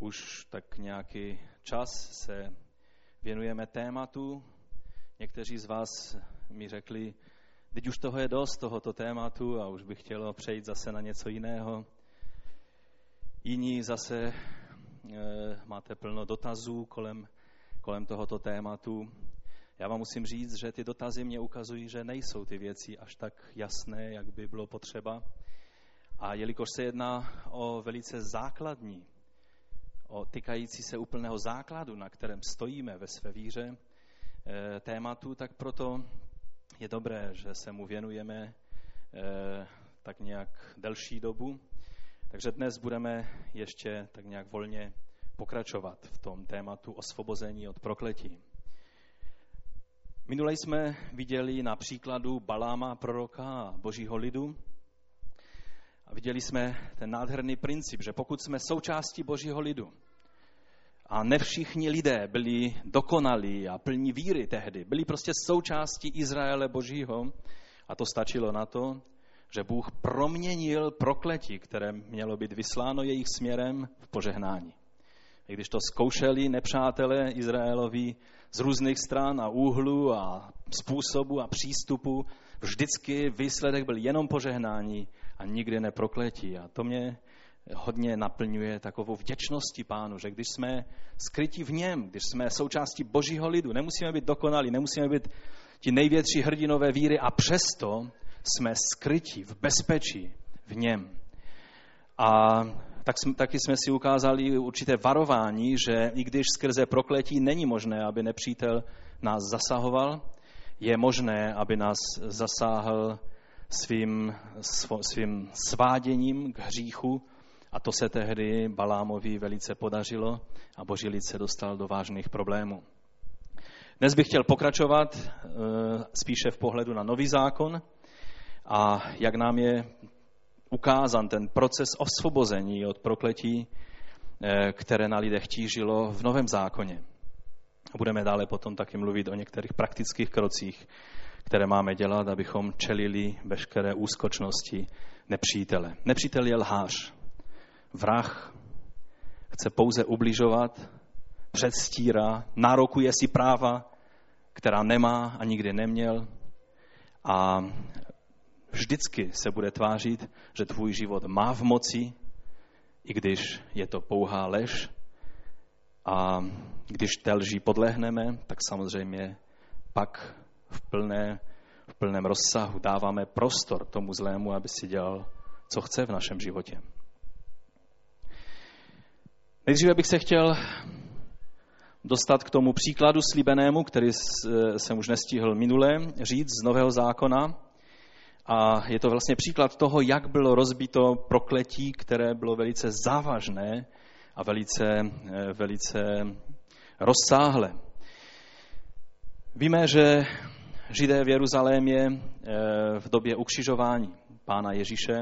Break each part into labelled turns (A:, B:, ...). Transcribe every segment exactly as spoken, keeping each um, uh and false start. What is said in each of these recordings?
A: Už tak nějaký čas se věnujeme tématu. Někteří z vás mi řekli, teď už toho je dost, tohoto tématu a už bych chtělo přejít zase na něco jiného. Jiní zase e, máte plno dotazů kolem, kolem tohoto tématu. Já vám musím říct, že ty dotazy mě ukazují, že nejsou ty věci až tak jasné, jak by bylo potřeba. A jelikož se jedná o velice základní, o týkající se úplného základu, na kterém stojíme ve své víře, e, tématu, tak proto je dobré, že se mu věnujeme e, tak nějak delší dobu. Takže dnes budeme ještě tak nějak volně pokračovat v tom tématu osvobození od prokletí. Minule jsme viděli na příkladu Baláma, proroka a božího lidu. A viděli jsme ten nádherný princip, že pokud jsme součástí božího lidu, a ne všichni lidé byli dokonalí a plní víry tehdy, byli prostě součástí Izraele božího, a to stačilo na to, že Bůh proměnil prokletí, které mělo být vysláno jejich směrem, v požehnání. I když to zkoušeli nepřátelé Izraelovi z různých stran a úhlů a způsobu a přístupu, vždycky výsledek byl jenom požehnání a nikdy ne prokletí. A to mě hodně naplňuje takovou vděčností Pánu, že když jsme skryti v něm, když jsme součástí božího lidu, nemusíme být dokonalí, nemusíme být ti největší hrdinové víry a přesto jsme skryti v bezpečí v něm. A tak jsme, taky jsme si ukázali určité varování, že i když skrze prokletí není možné, aby nepřítel nás zasahoval, je možné, aby nás zasáhl svým, svým sváděním k hříchu, a to se tehdy Balámovi velice podařilo a boží lid se dostal do vážných problémů. Dnes bych chtěl pokračovat spíše v pohledu na nový zákon a jak nám je ukázán ten proces osvobození od prokletí, které na lidech tížilo v Novém zákoně. Budeme dále potom taky mluvit o některých praktických krocích, které máme dělat, abychom čelili veškeré úskočnosti nepřítele. Nepřítel je lhář, vrah, chce pouze ubližovat, předstírá, nárokuje si práva, která nemá a nikdy neměl, a vždycky se bude tvářit, že tvůj život má v moci, i když je to pouhá lež. A když té lži podlehneme, tak samozřejmě pak v, plné, v plném rozsahu dáváme prostor tomu zlému, aby si dělal, co chce v našem životě. Nejdříve bych se chtěl dostat k tomu příkladu slíbenému, který jsem už nestihl minule říct z Nového zákona. A je to vlastně příklad toho, jak bylo rozbito prokletí, které bylo velice závažné a velice, velice rozsáhlé. Víme, že Židé v Jeruzalémě v době ukřižování Pána Ježíše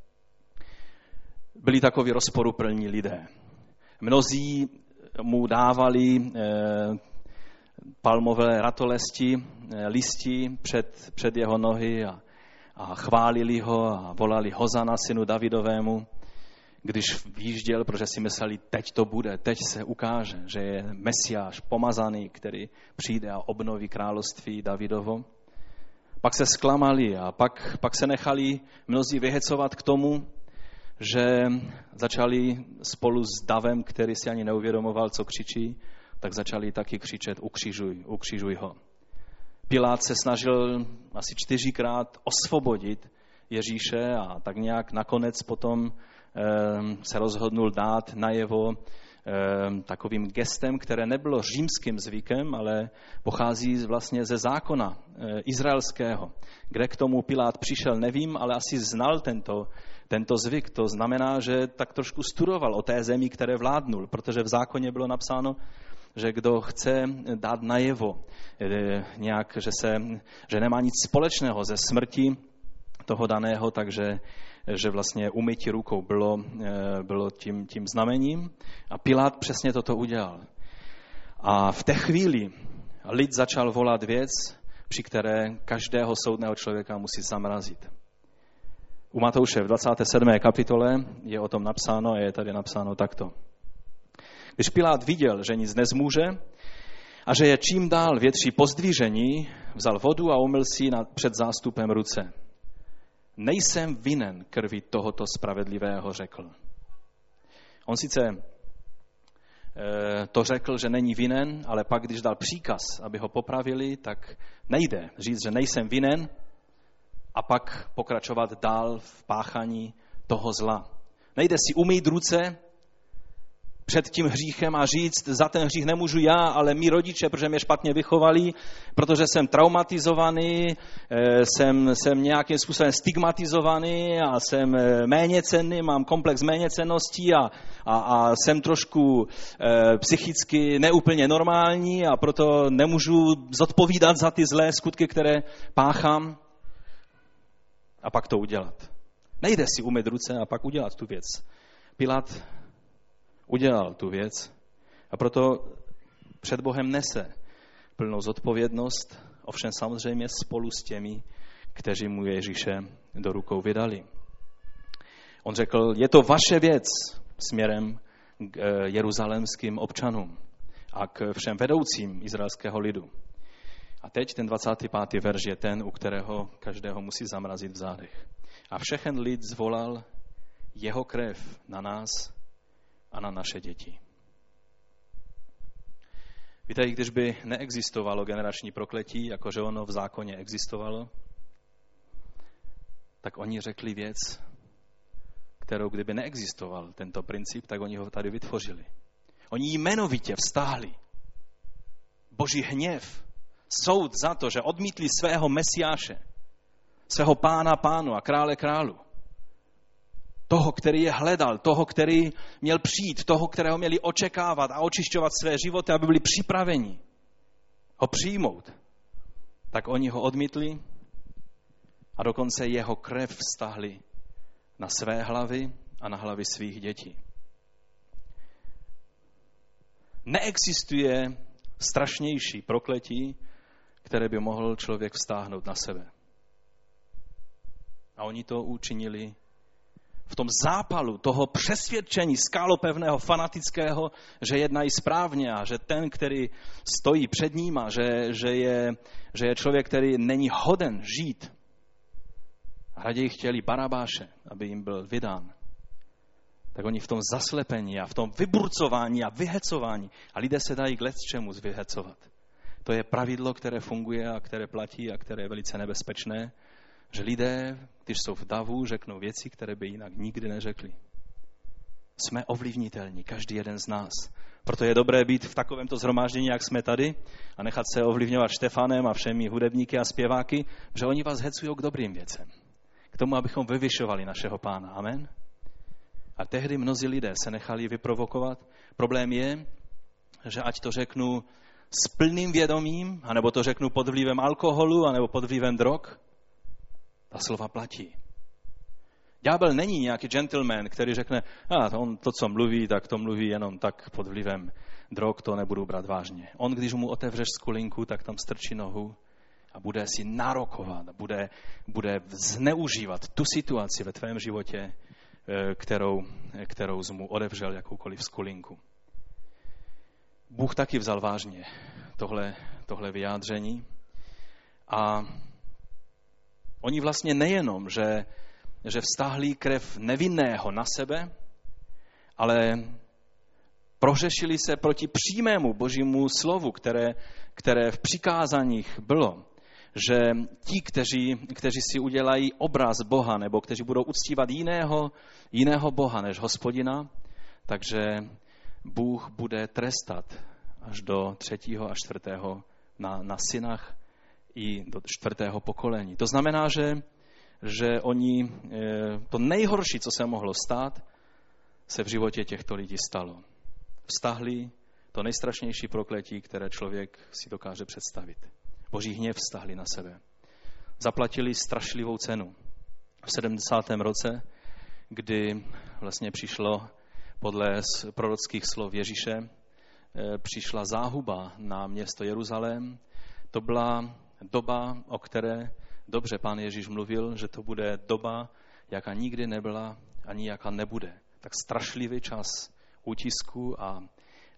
A: byli takoví rozporuplní lidé. Mnozí mu dávali palmové ratolesti, listi před, před jeho nohy a a chválili ho a volali Hozana synu Davidovému, když výjížděl, protože si mysleli, teď to bude, teď se ukáže, že je Mesiáš pomazaný, který přijde a obnoví království Davidovo. Pak se zklamali a pak, pak se nechali mnozí vyhecovat k tomu, že začali spolu s davem, který si ani neuvědomoval, co křičí, tak začali taky křičet ukřižuj, ukřižuj ho. Pilát se snažil asi čtyřikrát osvobodit Ježíše a tak nějak nakonec potom e, se rozhodnul dát najevo e, takovým gestem, které nebylo římským zvykem, ale pochází vlastně ze zákona e, izraelského. Kde k tomu Pilát přišel, nevím, ale asi znal tento, tento zvyk. To znamená, že tak trošku studoval o té zemi, které vládnul, protože v zákoně bylo napsáno, že kdo chce dát najevo nějak, že, se, že nemá nic společného ze smrti toho daného, takže že vlastně umytí rukou bylo, bylo tím, tím znamením. A Pilát přesně toto udělal. A v té chvíli lid začal volat věc, při které každého soudného člověka musí zamrazit. U Matouše v dvacáté sedmé kapitole je o tom napsáno a je tady napsáno takto. Když Pilát viděl, že nic nezmůže a že je čím dál větší pozdvížení, vzal vodu a umyl si před zástupem ruce. Nejsem vinen krvi tohoto spravedlivého, řekl. On sice to řekl, že není vinen, ale pak, když dal příkaz, aby ho popravili, tak nejde říct, že nejsem vinen a pak pokračovat dál v páchání toho zla. Nejde si umýt ruce před tím hříchem a říct, za ten hřích nemůžu já, ale mý rodiče, protože mě špatně vychovali, protože jsem traumatizovaný, jsem, jsem nějakým způsobem stigmatizovaný a jsem méněcenný, mám komplex méněcenností a, a, a jsem trošku e, psychicky neúplně normální a proto nemůžu zodpovídat za ty zlé skutky, které páchám a pak to udělat. Nejde si umýt ruce a pak udělat tu věc. Pilát udělal tu věc a proto před Bohem nese plnou zodpovědnost, ovšem samozřejmě spolu s těmi, kteří mu Ježíše do rukou vydali. On řekl, je to vaše věc směrem k jeruzalémským občanům a k všem vedoucím izraelského lidu. A teď ten dvacátý pátý verš je ten, u kterého každého musí zamrazit v zádech. A všechen lid zvolal jeho krev na nás a na naše děti. Víte, když by neexistovalo generační prokletí, jakože ono v zákoně existovalo, tak oni řekli věc, kterou kdyby neexistoval tento princip, tak oni ho tady vytvořili. Oni jmenovitě vztáhli Boží hněv, soud za to, že odmítli svého Mesiáše, svého pána pánu a krále králu. Toho, který je hledal, toho, který měl přijít, toho, kterého měli očekávat a očišťovat své životy, aby byli připraveni ho přijmout. Tak oni ho odmítli a dokonce jeho krev vztahli na své hlavy a na hlavy svých dětí. Neexistuje strašnější prokletí, které by mohl člověk vztáhnout na sebe. A oni to učinili v tom zápalu toho přesvědčení skálopevného, fanatického, že jednají správně a že ten, který stojí před ním a že, že, je, že je člověk, který není hoden žít. A raději chtěli Barabáše, aby jim byl vydán. Tak oni v tom zaslepení a v tom vyburcování a vyhecování, a lidé se dají k lecčemu zvyhecovat. To je pravidlo, které funguje a které platí a které je velice nebezpečné, že lidé, když jsou v davu, řeknou věci, které by jinak nikdy neřekli. Jsme ovlivnitelní, každý jeden z nás. Proto je dobré být v takovémto shromáždění, jak jsme tady, a nechat se ovlivňovat Štefanem a všemi hudebníky a zpěváky, že oni vás hecují k dobrým věcem. K tomu, abychom vyvyšovali našeho Pána. Amen. A tehdy mnozí lidé se nechali vyprovokovat. Problém je, že ať to řeknu s plným vědomím, anebo to řeknu pod vlivem alkoholu, anebo pod vlivem drog, ta slova platí. Ďábel není nějaký gentleman, který řekne, a on to, co mluví, tak to mluví jenom tak pod vlivem drog, to nebudu brát vážně. On, když mu otevřeš skulinku, tak tam strčí nohu a bude si nárokovat, bude, bude zneužívat tu situaci ve tvém životě, kterou, kterou jsi mu otevřel jakoukoliv skulinku. Bůh taky vzal vážně tohle, tohle vyjádření a oni vlastně nejenom, že, že vztáhli krev nevinného na sebe, ale prohřešili se proti přímému Božímu slovu, které, které v přikázaních bylo, že ti, kteří, kteří si udělají obraz Boha nebo kteří budou uctívat jiného, jiného Boha než Hospodina, takže Bůh bude trestat až do třetího a čtvrtého na, na synách i do čtvrtého pokolení. To znamená, že, že oni, to nejhorší, co se mohlo stát, se v životě těchto lidí stalo. Vztahli to nejstrašnější prokletí, které člověk si dokáže představit. Boží hněv vztahli na sebe. Zaplatili strašlivou cenu. V sedmdesátém roce, kdy vlastně přišlo podle prorockých slov Ježíše, přišla záhuba na město Jeruzalém. To byla doba, o které dobře pán Ježíš mluvil, že to bude doba, jaká nikdy nebyla, ani jaká nebude. Tak strašlivý čas útisku a,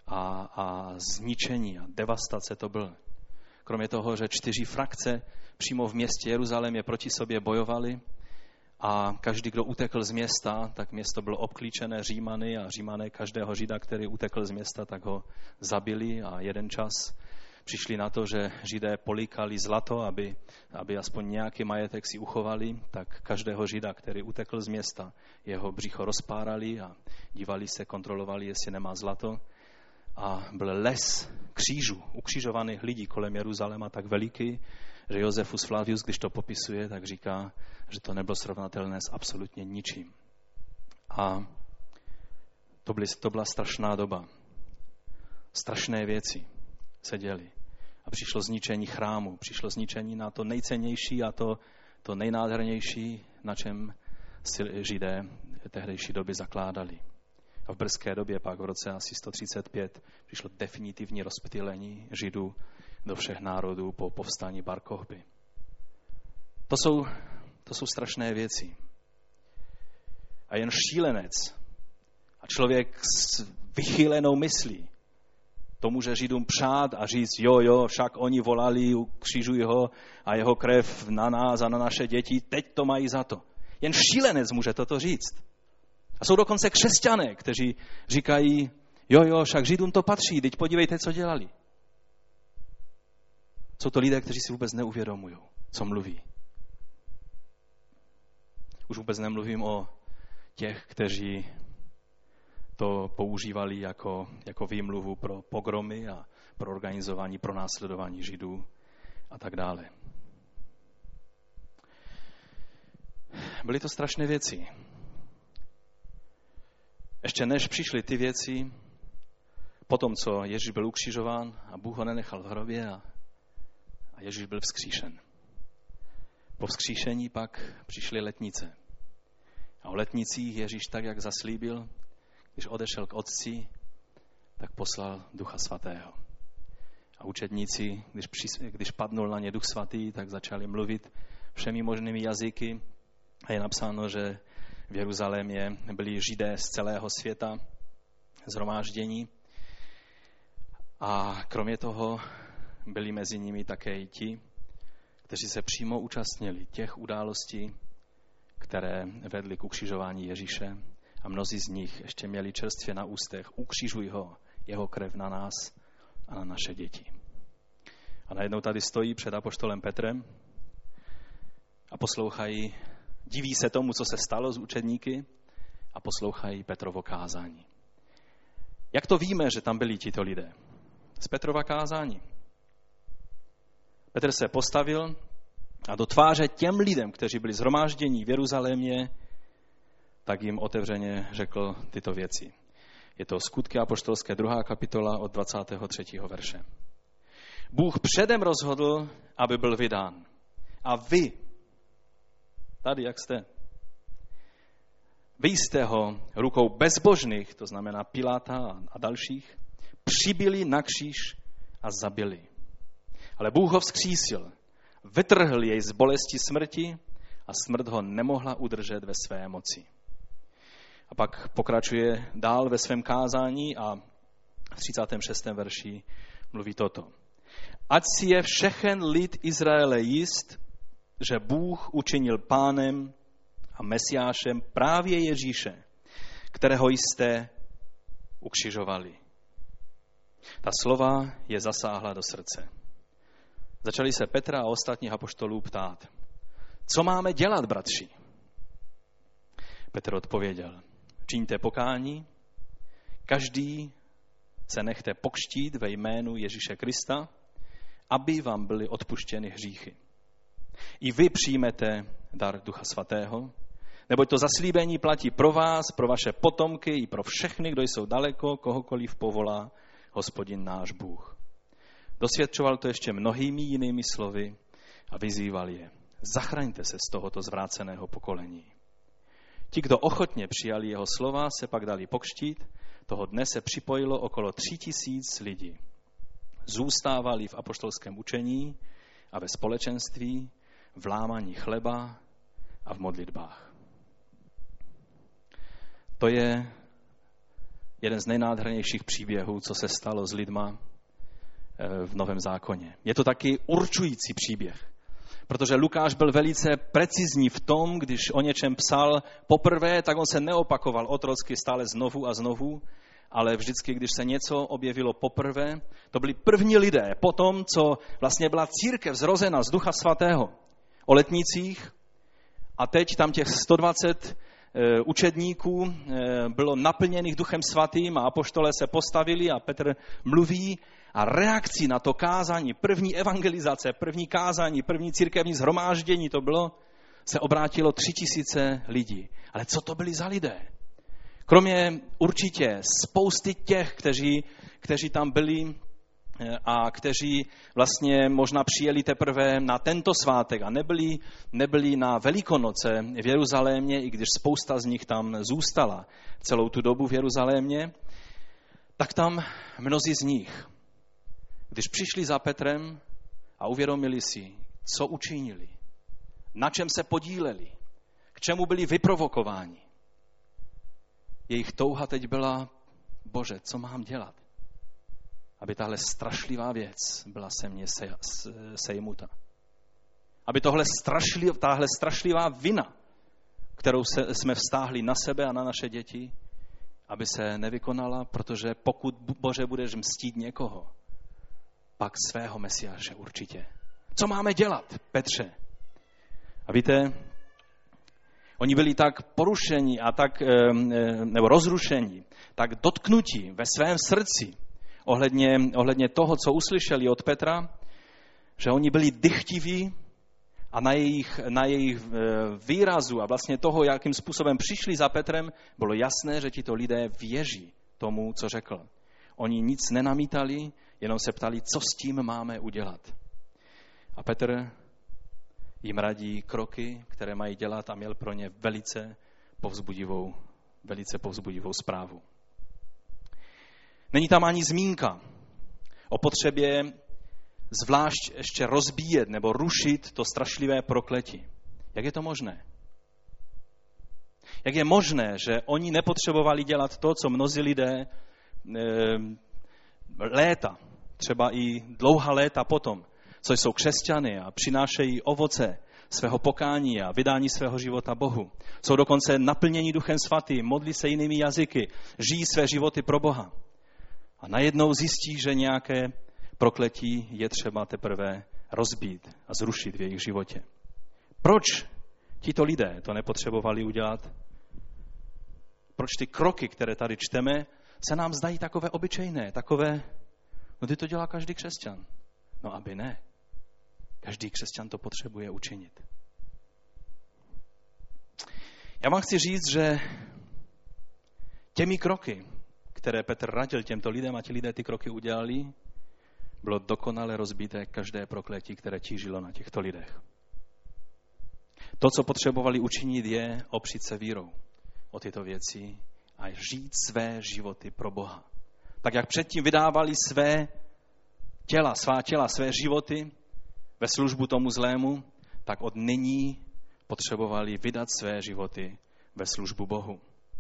A: a, a zničení a devastace to byl. Kromě toho, že čtyři frakce přímo v městě Jeruzalémě proti sobě bojovali a každý, kdo utekl z města, tak město bylo obklíčené Římany a Římané každého Žida, který utekl z města, tak ho zabili a jeden čas přišli na to, že Židé políkali zlato, aby, aby aspoň nějaký majetek si uchovali, tak každého Žida, který utekl z města, jeho břicho rozpárali a dívali se, kontrolovali, jestli nemá zlato. A byl les křížů, ukřižovaných lidí kolem Jeruzaléma tak veliký, že Josephus Flavius, když to popisuje, tak říká, že to nebylo srovnatelné s absolutně ničím. A to, byly, to byla strašná doba. Strašné věci se děly. A přišlo zničení chrámu, přišlo zničení na to nejcennější a to, to nejnádhernější, na čem si Židé tehdejší doby zakládali. A v brzké době pak v roce asi sto třicet pět přišlo definitivní rozptýlení Židů do všech národů po povstání Bar Kochby. To jsou, to jsou strašné věci. A jen šílenec a člověk s vychylenou myslí to může Židům přát a říct, jo, jo, však oni volali, ukřižuj ho a jeho krev na nás a na naše děti, teď to mají za to. Jen šílenec může toto říct. A jsou dokonce křesťané, kteří říkají, jo, jo, však Židům to patří, teď podívejte, co dělali. Jsou to lidé, kteří si vůbec neuvědomují, co mluví. Už vůbec nemluvím o těch, kteří to používali jako, jako výmluvu pro pogromy a pro organizování, pro následování Židů a tak dále. Byly to strašné věci. Ještě než přišly ty věci, potom, co Ježíš byl ukřižován a Bůh ho nenechal v hrobě a, a Ježíš byl vzkříšen. Po vzkříšení pak přišly letnice. A o letnicích Ježíš tak, jak zaslíbil, když odešel k Otci, tak poslal Ducha Svatého. A učedníci, když, přis, když padnul na ně Duch Svatý, tak začali mluvit všemi možnými jazyky. A je napsáno, že v Jeruzalémě byli Židé z celého světa shromáždění. A kromě toho byli mezi nimi také i ti, kteří se přímo účastnili těch událostí, které vedly k ukřižování Ježíše. A mnozí z nich ještě měli čerstvě na ústech, ukřižuj ho, jeho krev na nás a na naše děti. A najednou tady stojí před apoštolem Petrem a poslouchají, diví se tomu, co se stalo s učedníky a poslouchají Petrovo kázání. Jak to víme, že tam byli tito lidé? Z Petrova kázání. Petr se postavil a do tváře těm lidem, kteří byli shromáždění v Jeruzalémě, tak jim otevřeně řekl tyto věci. Je to Skutky apoštolské druhá kapitola od dvacátého třetího verše. Bůh předem rozhodl, aby byl vydán. A vy, tady jak jste, vy jste ho rukou bezbožných, to znamená Piláta a dalších, přibili na kříž a zabili. Ale Bůh ho vzkřísil, vytrhl jej z bolesti smrti a smrt ho nemohla udržet ve své moci. A pak pokračuje dál ve svém kázání a v třicátém šestém verši mluví toto. Ať si je všechen lid Izraele jist, že Bůh učinil pánem a mesiášem právě Ježíše, kterého jste ukřižovali. Ta slova je zasáhla do srdce. Začali se Petra a ostatních apoštolů ptát, co máme dělat, bratři? Petr odpověděl, čiňte pokání, každý se nechte pokřtít ve jménu Ježíše Krista, aby vám byly odpuštěny hříchy. I vy přijmete dar Ducha Svatého, neboť to zaslíbení platí pro vás, pro vaše potomky i pro všechny, kdo jsou daleko, kohokoliv povolá Hospodin náš Bůh. Dosvědčoval to ještě mnohými jinými slovy a vyzýval je. Zachraňte se z tohoto zvráceného pokolení. Ti, kdo ochotně přijali jeho slova, se pak dali pokřtít. Toho dne se připojilo okolo tři tisíc lidí. Zůstávali v apoštolském učení a ve společenství, v lámaní chleba a v modlitbách. To je jeden z nejnádhernějších příběhů, co se stalo s lidma v Novém zákoně. Je to taky určující příběh, protože Lukáš byl velice precizní v tom, když o něčem psal poprvé, tak on se neopakoval otrocky stále znovu a znovu, ale vždycky, když se něco objevilo poprvé, to byli první lidé po tom, co vlastně byla církev zrozena z Ducha Svatého o letnicích a teď tam těch sto dvacet učedníků bylo naplněných Duchem Svatým a apoštole se postavili a Petr mluví a reakcí na to kázání, první evangelizace, první kázání, první církevní shromáždění to bylo, se obrátilo tři tisíce lidí. Ale co to byli za lidé? Kromě určitě spousty těch, kteří, kteří tam byli a kteří vlastně možná přijeli teprve na tento svátek a nebyli, nebyli na Velikonoce v Jeruzalémě, i když spousta z nich tam zůstala celou tu dobu v Jeruzalémě, tak tam mnozí z nich, když přišli za Petrem a uvědomili si, co učinili, na čem se podíleli, k čemu byli vyprovokováni, jejich touha teď byla, Bože, co mám dělat, aby tahle strašlivá věc byla se mně sejmuta. Aby tohle strašliv, tahle strašlivá vina, kterou se, jsme vztáhli na sebe a na naše děti, aby se nevykonala, protože pokud, Bože, budeš mstít někoho, pak svého Mesiáše určitě. Co máme dělat, Petře? A víte, oni byli tak porušení a tak, nebo rozrušení, tak dotknutí ve svém srdci ohledně, ohledně toho, co uslyšeli od Petra, že oni byli dychtiví a na jejich, na jejich výrazu a vlastně toho, jakým způsobem přišli za Petrem, bylo jasné, že tito lidé věří tomu, co řekl. Oni nic nenamítali, jenom se ptali, co s tím máme udělat. A Petr jim radí kroky, které mají dělat a měl pro ně velice povzbudivou, velice povzbudivou zprávu. Není tam ani zmínka o potřebě zvlášť ještě rozbíjet nebo rušit to strašlivé prokletí. Jak je to možné? Jak je možné, že oni nepotřebovali dělat to, co mnozí lidé e, léta, třeba i dlouhá léta potom, co jsou křesťany a přinášejí ovoce svého pokání a vydání svého života Bohu. Jsou dokonce naplnění Duchem Svatým, modlí se jinými jazyky, žijí své životy pro Boha. A najednou zjistí, že nějaké prokletí je třeba teprve rozbít a zrušit v jejich životě. Proč tito lidé to nepotřebovali udělat? Proč ty kroky, které tady čteme, se nám zdají takové obyčejné, takové, no ty to dělá každý křesťan. No aby ne. Každý křesťan to potřebuje učinit. Já vám chci říct, že těmi kroky, které Petr radil těmto lidem a ti lidé ty kroky udělali, bylo dokonale rozbité každé prokletí, které tížilo na těchto lidech. To, co potřebovali učinit, je opřít se vírou o tyto věci a žít své životy pro Boha. Tak jak předtím vydávali své těla, svá těla, své životy ve službu tomu zlému, tak od nyní potřebovali vydat své životy ve službu Bohu.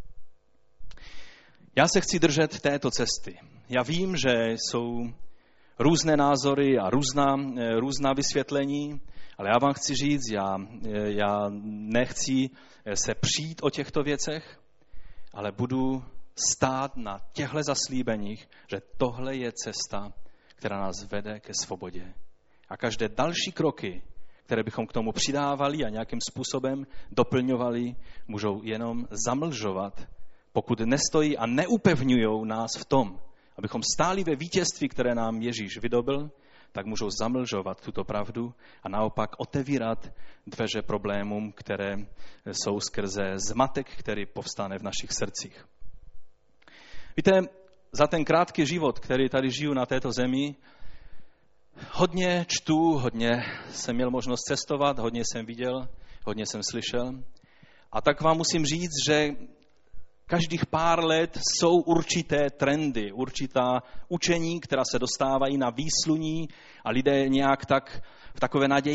A: Já se chci držet této cesty. Já vím, že jsou různé názory a různá, různá vysvětlení, ale já vám chci říct, já, já nechci se přijít o těchto věcech, ale budu stát na těchto zaslíbeních, že tohle je cesta, která nás vede ke svobodě. A každé další kroky, které bychom k tomu přidávali a nějakým způsobem doplňovali, můžou jenom zamlžovat, pokud nestojí a neupevňují nás v tom, abychom stáli ve vítězství, které nám Ježíš vydobyl, tak můžou zamlžovat tuto pravdu a naopak otevírat dveře problémům, které jsou skrze zmatek, který povstane v našich srdcích. Víte, za ten krátký život, který tady žiju na této zemi, hodně čtu, hodně jsem měl možnost cestovat, hodně jsem viděl, hodně jsem slyšel. A tak vám musím říct, že každých pár let jsou určité trendy, určitá učení, která se dostávají na výsluní a lidé nějak tak v takové naději,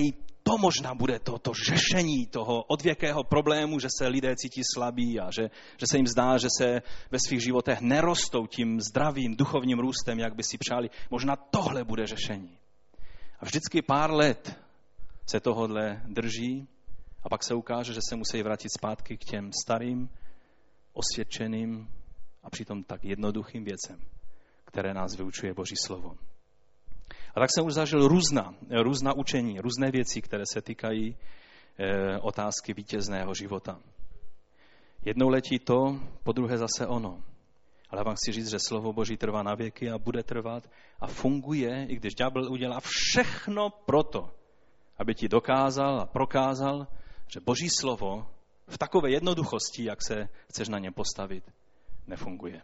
A: to možná bude to, to řešení toho odvěkého problému, že se lidé cítí slabí a že, že se jim zdá, že se ve svých životech nerostou tím zdravým duchovním růstem, jak by si přáli. Možná tohle bude řešení. A vždycky pár let se tohodle drží a pak se ukáže, že se musí vrátit zpátky k těm starým, osvědčeným a přitom tak jednoduchým věcem, které nás vyučuje Boží slovo. A tak jsem už zažil různá, různá učení, různé věci, které se týkají e, otázky vítězného života. Jednou letí to, po druhé zase ono. Ale vám chci říct, že slovo Boží trvá na věky a bude trvat a funguje, i když ďábel udělá všechno proto, aby ti dokázal a prokázal, že Boží slovo v takové jednoduchosti, jak se chceš na ně postavit, nefunguje.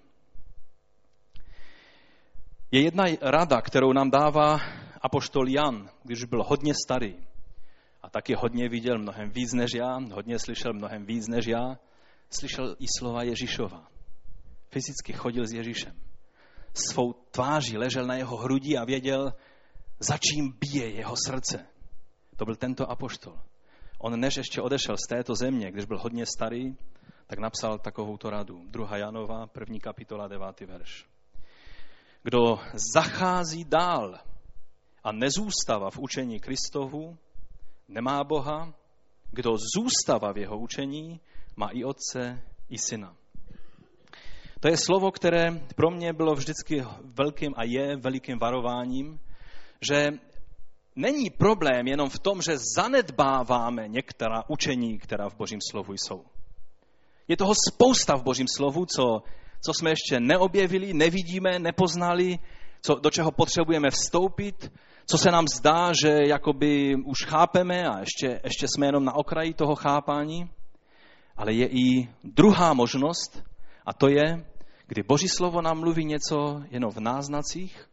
A: Je jedna rada, kterou nám dává apoštol Jan, když byl hodně starý a taky hodně viděl mnohem víc než já, hodně slyšel mnohem víc než já, slyšel i slova Ježíšova. Fyzicky chodil s Ježíšem. Svou tváří ležel na jeho hrudi a věděl, za čím bije jeho srdce. To byl tento apoštol. On než ještě odešel z této země, když byl hodně starý, tak napsal takovouto radu. druhá Janova, první kapitola, devátý verš. Kdo zachází dál a nezůstává v učení Kristovu, nemá Boha. Kdo zůstává v jeho učení, má i otce, i syna. To je slovo, které pro mě bylo vždycky velkým a je velikým varováním, že není problém jenom v tom, že zanedbáváme některá učení, která v Božím slovu jsou. Je toho spousta v Božím slovu, co, co jsme ještě neobjevili, nevidíme, nepoznali, co, do čeho potřebujeme vstoupit, co se nám zdá, že jakoby už chápeme a ještě, ještě jsme jenom na okraji toho chápání. Ale je i druhá možnost, a to je, kdy Boží slovo nám mluví něco jenom v náznacích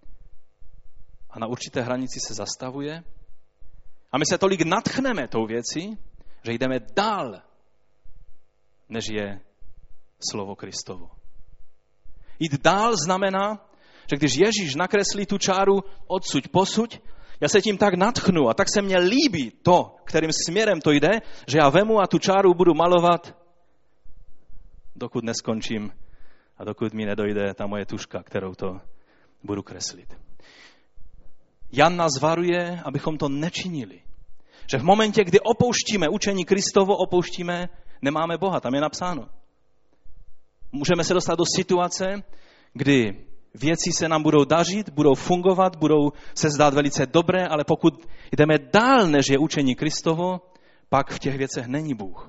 A: a na určité hranici se zastavuje a my se tolik nadchneme tou věcí, že jdeme dál, než je slovo Kristovo. Jít dál znamená, že když Ježíš nakreslí tu čáru odsuď posuď, já se tím tak nadchnu a tak se mně líbí to, kterým směrem to jde, že já vemu a tu čáru budu malovat, dokud neskončím a dokud mi nedojde ta moje tužka, kterou to budu kreslit. Jan nás varuje, abychom to nečinili. Že v momentě, kdy opouštíme učení Kristovo, opouštíme, nemáme Boha. Tam je napsáno. Můžeme se dostat do situace, kdy věci se nám budou dařit, budou fungovat, budou se zdát velice dobré, ale pokud jdeme dál, než je učení Kristovo, pak v těch věcech není Bůh.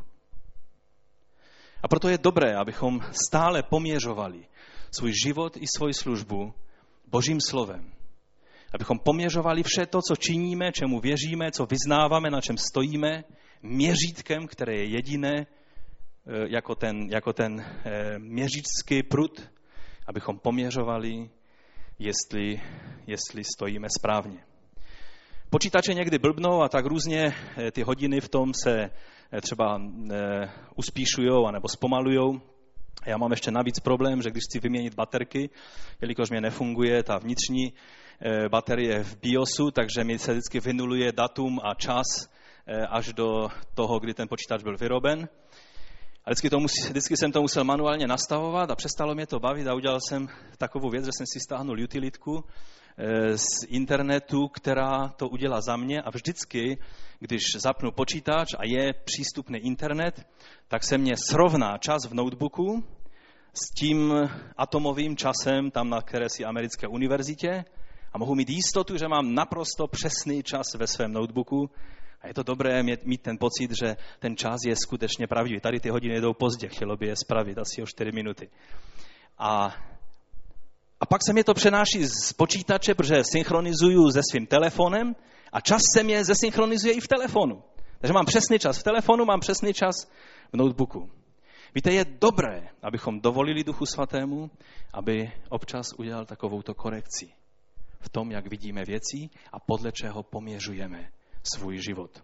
A: A proto je dobré, abychom stále poměřovali svůj život i svoji službu Božím slovem. Abychom poměřovali vše to, co činíme, čemu věříme, co vyznáváme, na čem stojíme, měřítkem, které je jediné, jako ten, jako ten měřičský prut, abychom poměřovali, jestli, jestli stojíme správně. Počítače někdy blbnou a tak různě ty hodiny v tom se třeba uspíšujou anebo zpomalujou. Já mám ještě navíc problém, že když chci vyměnit baterky, jelikož mě nefunguje ta vnitřní baterie v BIOSu, takže mi se vždycky vynuluje datum a čas až do toho, kdy ten počítač byl vyroben. A vždycky, to musí, vždycky jsem to musel manuálně nastavovat a přestalo mě to bavit a udělal jsem takovou věc, že jsem si stáhnul utilitku z internetu, která to udělá za mě a vždycky, když zapnu počítač a je přístupný internet, tak se mě srovná čas v notebooku s tím atomovým časem tam na kterési americké univerzitě a mohu mít jistotu, že mám naprosto přesný čas ve svém notebooku. A je to dobré mít ten pocit, že ten čas je skutečně pravdivý. Tady ty hodiny jdou pozdě, chtělo by je spravit asi o čtyři minuty. A, a pak se mě to přenáší z počítače, protože synchronizuju se svým telefonem a čas se mě zesynchronizuje i v telefonu. Takže mám přesný čas v telefonu, mám přesný čas v notebooku. Víte, je dobré, abychom dovolili Duchu Svatému, aby občas udělal takovouto korekci v tom, jak vidíme věci a podle čeho poměřujeme svůj život.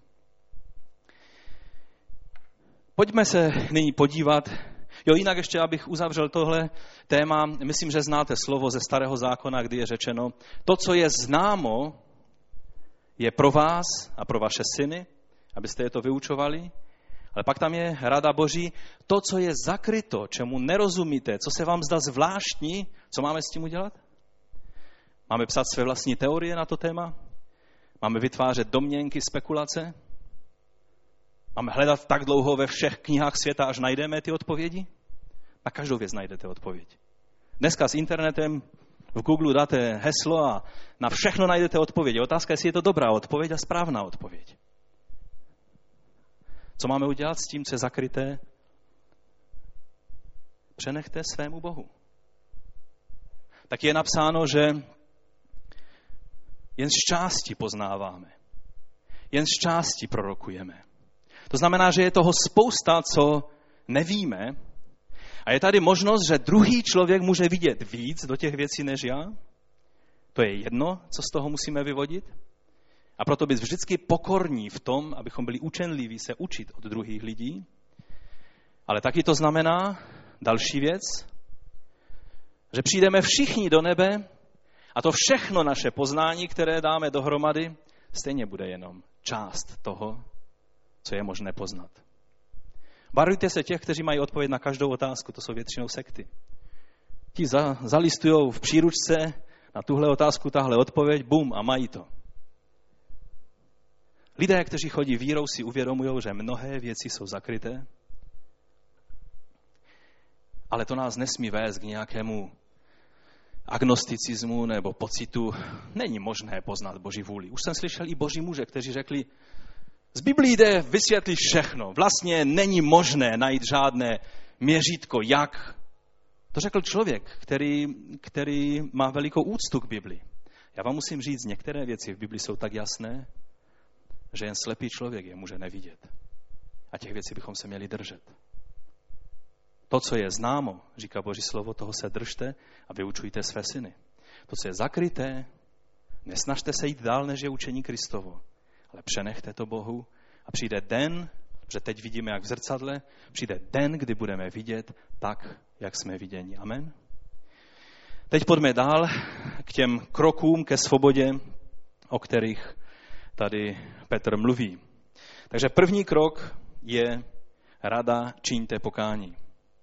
A: Pojďme se nyní podívat. Jo, jinak ještě, abych uzavřel tohle téma, myslím, že znáte slovo ze Starého zákona, kdy je řečeno, to, co je známo, je pro vás a pro vaše syny, abyste je to vyučovali, ale pak tam je rada Boží, to, co je zakryto, čemu nerozumíte, co se vám zdá zvláštní, co máme s tím udělat? Máme psát své vlastní teorie na to téma? Máme vytvářet domněnky, spekulace? Máme hledat tak dlouho ve všech knihách světa, až najdeme ty odpovědi? Na každou věc najdete odpověď. Dneska s internetem v Google dáte heslo a na všechno najdete odpověď. Otázka je, jestli je to dobrá odpověď a správná odpověď. Co máme udělat s tím, co je zakryté? Přenechte svému Bohu. Tak je napsáno, že jen z části poznáváme. Jen z části prorokujeme. To znamená, že je toho spousta, co nevíme. A je tady možnost, že druhý člověk může vidět víc do těch věcí než já. To je jedno, co z toho musíme vyvodit. A proto být vždycky pokorní v tom, abychom byli učenliví se učit od druhých lidí. Ale taky to znamená, další věc, že přijdeme všichni do nebe a to všechno naše poznání, které dáme dohromady, stejně bude jenom část toho, co je možné poznat. Varujte se těch, kteří mají odpověď na každou otázku, to jsou většinou sekty. Ti za, zalistujou v příručce na tuhle otázku, tahle odpověď, bum, a mají to. Lidé, kteří chodí vírou, si uvědomují, že mnohé věci jsou zakryté, ale to nás nesmí vést k nějakému agnosticismu nebo pocitu, není možné poznat Boží vůli. Už jsem slyšel i boží muže, kteří řekli, z Biblii jde vysvětlit všechno. Vlastně není možné najít žádné měřítko, jak. To řekl člověk, který, který má velikou úctu k Biblii. Já vám musím říct, některé věci v Biblii jsou tak jasné, že jen slepý člověk je může nevidět. A těch věcí bychom se měli držet. To, co je známo, říká Boží slovo, toho se držte a vyučujte své syny. To, co je zakryté, nesnažte se jít dál, než je učení Kristovo. Ale přenechte to Bohu a přijde den, že teď vidíme jak v zrcadle, přijde den, kdy budeme vidět tak, jak jsme viděni. Amen. Teď pojďme dál k těm krokům ke svobodě, o kterých tady Petr mluví. Takže první krok je rada čiňte pokání.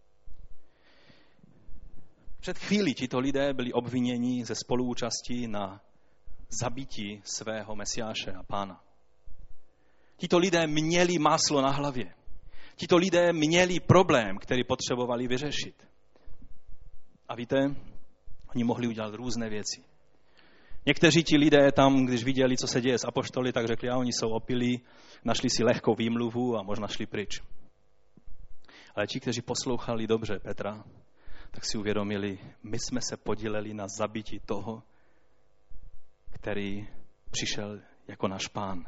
A: Před chvílí tito lidé byli obviněni ze spoluúčastí na zabití svého Mesiáše a Pána. Tito lidé měli máslo na hlavě. Tito lidé měli problém, který potřebovali vyřešit. A víte, oni mohli udělat různé věci. Někteří ti lidé tam, když viděli, co se děje s apoštoly, tak řekli, a oni jsou opilí, našli si lehkou výmluvu a možná šli pryč. Ale ti, kteří poslouchali dobře Petra, tak si uvědomili, my jsme se podíleli na zabití toho, který přišel jako náš Pán.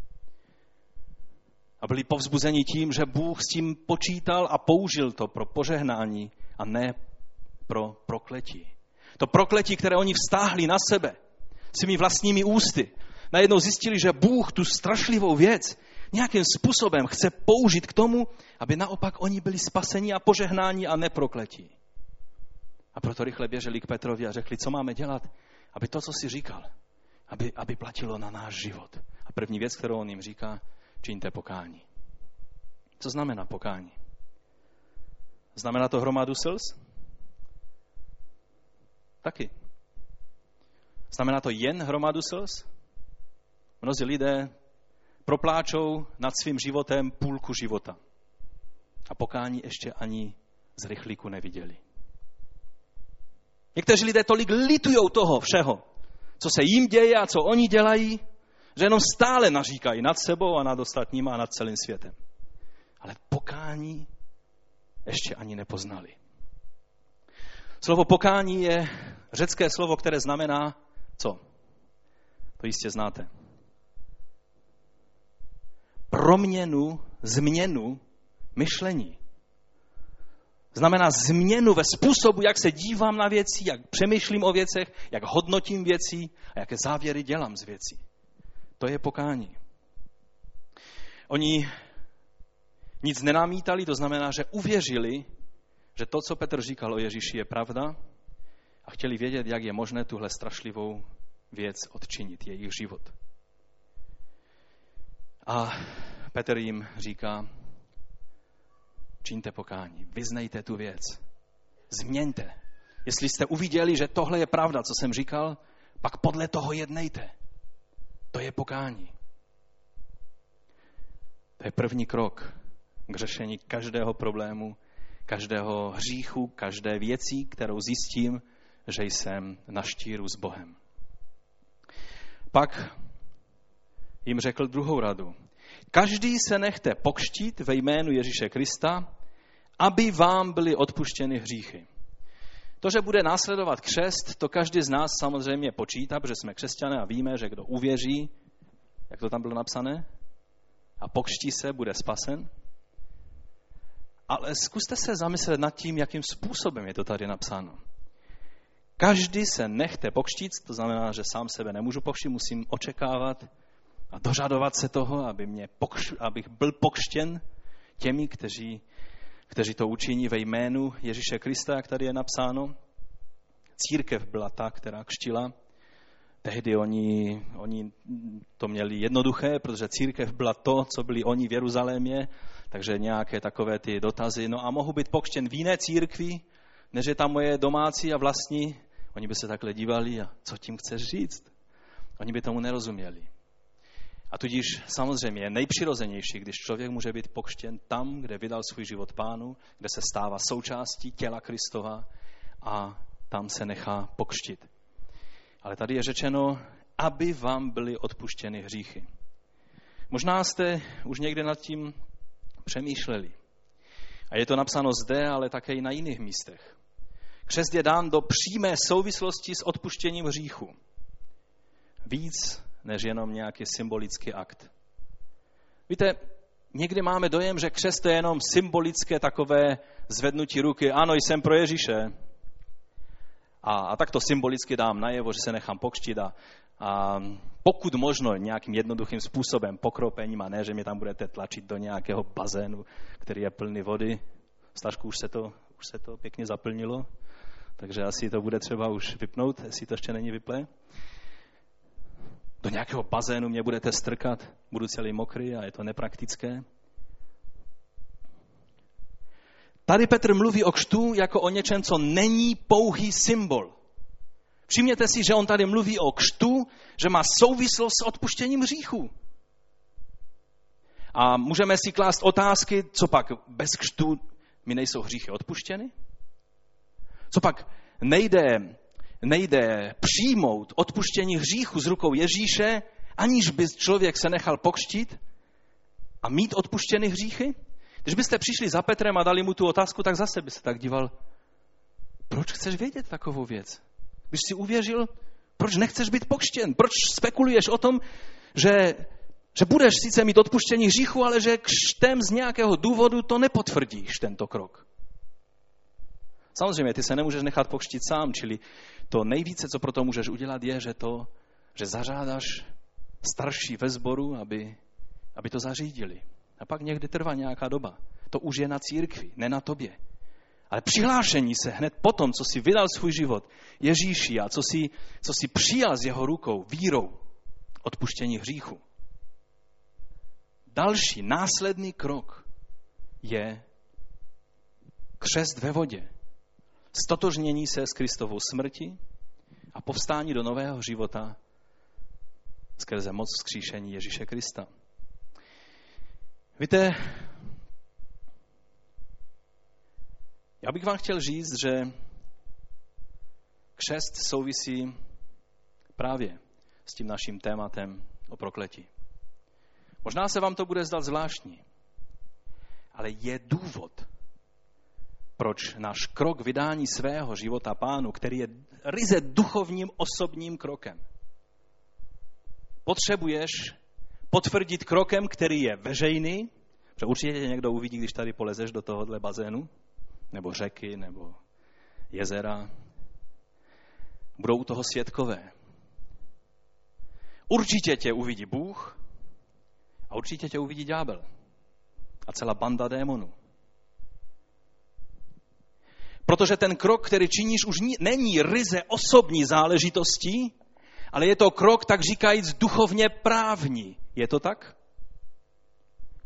A: A byli povzbuzeni tím, že Bůh s tím počítal a použil to pro požehnání a ne pro prokletí. To prokletí, které oni vztáhli na sebe svými vlastními ústy, najednou zjistili, že Bůh tu strašlivou věc nějakým způsobem chce použít k tomu, aby naopak oni byli spaseni a požehnáni a neprokletí. A proto rychle běželi k Petrovi a řekli, co máme dělat, aby to, co jsi říkal, aby, aby platilo na náš život. A první věc, kterou on jim říká, čiňte pokání. Co znamená pokání? Znamená to hromadu slz? Taky. Znamená to jen hromadu slz? Mnozí lidé propláčou nad svým životem půlku života. A pokání ještě ani z rychlíku neviděli. Někteří lidé tolik litujou toho všeho, co se jim děje a co oni dělají, že jenom stále naříkají nad sebou a nad ostatníma a nad celým světem. Ale pokání ještě ani nepoznali. Slovo pokání je řecké slovo, které znamená co? To jistě znáte. Proměnu, změnu myšlení. Znamená změnu ve způsobu, jak se dívám na věci, jak přemýšlím o věcech, jak hodnotím věci a jaké závěry dělám z věcí. To je pokání. Oni nic nenamítali, to znamená, že uvěřili, že to, co Petr říkal o Ježíši, je pravda a chtěli vědět, jak je možné tuhle strašlivou věc odčinit, jejich život. A Petr jim říká, čiňte pokání, vyznejte tu věc, změňte. Jestli jste uviděli, že tohle je pravda, co jsem říkal, pak podle toho jednejte. To je pokání. To je první krok k řešení každého problému, každého hříchu, každé věcí, kterou zjistím, že jsem na štíru s Bohem. Pak jim řekl druhou radu. Každý se nechte pokřtít ve jménu Ježíše Krista, aby vám byly odpuštěny hříchy. To, že bude následovat křest, to každý z nás samozřejmě počítá, protože jsme křesťané a víme, že kdo uvěří, jak to tam bylo napsané, a pokřtí se, bude spasen. Ale zkuste se zamyslet nad tím, jakým způsobem je to tady napsáno. Každý se nechte pokřtít, to znamená, že sám sebe nemůžu pokřtít, musím očekávat a dožadovat se toho, aby mě pokř, abych byl pokřtěn těmi, kteří, kteří to učiní ve jménu Ježíše Krista, jak tady je napsáno. Církev byla ta, která křtila. Tehdy oni, oni to měli jednoduché, protože církev byla to, co byli oni v Jeruzalémě, takže nějaké takové ty dotazy. No a mohu být pokřtěn v jiné církvi, než je tam moje domácí a vlastní. Oni by se takhle dívali a co tím chceš říct? Oni by tomu nerozuměli. A tudíž samozřejmě je nejpřirozenější, když člověk může být pokřtěn tam, kde vydal svůj život Pánu, kde se stává součástí těla Kristova a tam se nechá pokřtit. Ale tady je řečeno, aby vám byly odpuštěny hříchy. Možná jste už někde nad tím přemýšleli. A je to napsáno zde, ale také i na jiných místech. Křest je dán do přímé souvislosti s odpuštěním hříchu. Víc než jenom nějaký symbolický akt. Víte, někdy máme dojem, že křest je jenom symbolické takové zvednutí ruky. Ano, jsem pro Ježíše. A, a tak to symbolicky dám najevo, že se nechám pokřtít a, a pokud možno nějakým jednoduchým způsobem, pokropením a ne, že mě tam budete tlačit do nějakého bazénu, který je plný vody. Stašku, už se to, už se to pěkně zaplnilo, takže asi to bude třeba už vypnout, jestli to ještě není vyplé. Do nějakého bazénu mě budete strkat, budu celý mokrý a je to nepraktické. Tady Petr mluví o křtu jako o něčem, co není pouhý symbol. Všimněte si, že on tady mluví o křtu, že má souvislost s odpuštěním hříchů. A můžeme si klást otázky, co pak bez křtu mi nejsou hříchy odpuštěny? Co pak nejde, nejde přijmout odpuštění hříchu z rukou Ježíše, aniž by člověk se nechal pokřtít a mít odpuštěny hříchy? Když byste přišli za Petrem a dali mu tu otázku, tak zase by se tak díval, proč chceš vědět takovou věc? Když jsi uvěřil, proč nechceš být pokřtěn? Proč spekuluješ o tom, že, že budeš sice mít odpuštění hříchu, ale že křtem z nějakého důvodu to nepotvrdíš, tento krok? Samozřejmě, ty se nemůžeš nechat pokřtít sám, čili to nejvíce, co pro to můžeš udělat, je, že, to, že zažádáš starší ve sboru, aby, aby to zařídili. A pak někdy trvá nějaká doba. To už je na církvi, ne na tobě. Ale přihlášení se hned potom, co jsi vydal svůj život Ježíši a co jsi, co jsi přijal z jeho rukou, vírou, odpuštění hříchu. Další, následný krok je křest ve vodě. Stotožnění se s Kristovou smrtí a povstání do nového života skrze moc vzkříšení Ježíše Krista. Víte, já bych vám chtěl říct, že křest souvisí právě s tím naším tématem o prokletí. Možná se vám to bude zdát zvláštní, ale je důvod, proč náš krok vydání svého života Pánu, který je ryze duchovním osobním krokem, potřebuješ potvrdit krokem, který je veřejný, protože určitě tě někdo uvidí, když tady polezeš do tohohle bazénu, nebo řeky, nebo jezera. Budou u toho svědkové. Určitě tě uvidí Bůh a určitě tě uvidí ďábel a celá banda démonů. Protože ten krok, který činíš, už není ryze osobní záležitostí, ale je to krok, tak říkajíc, duchovně právní. Je to tak?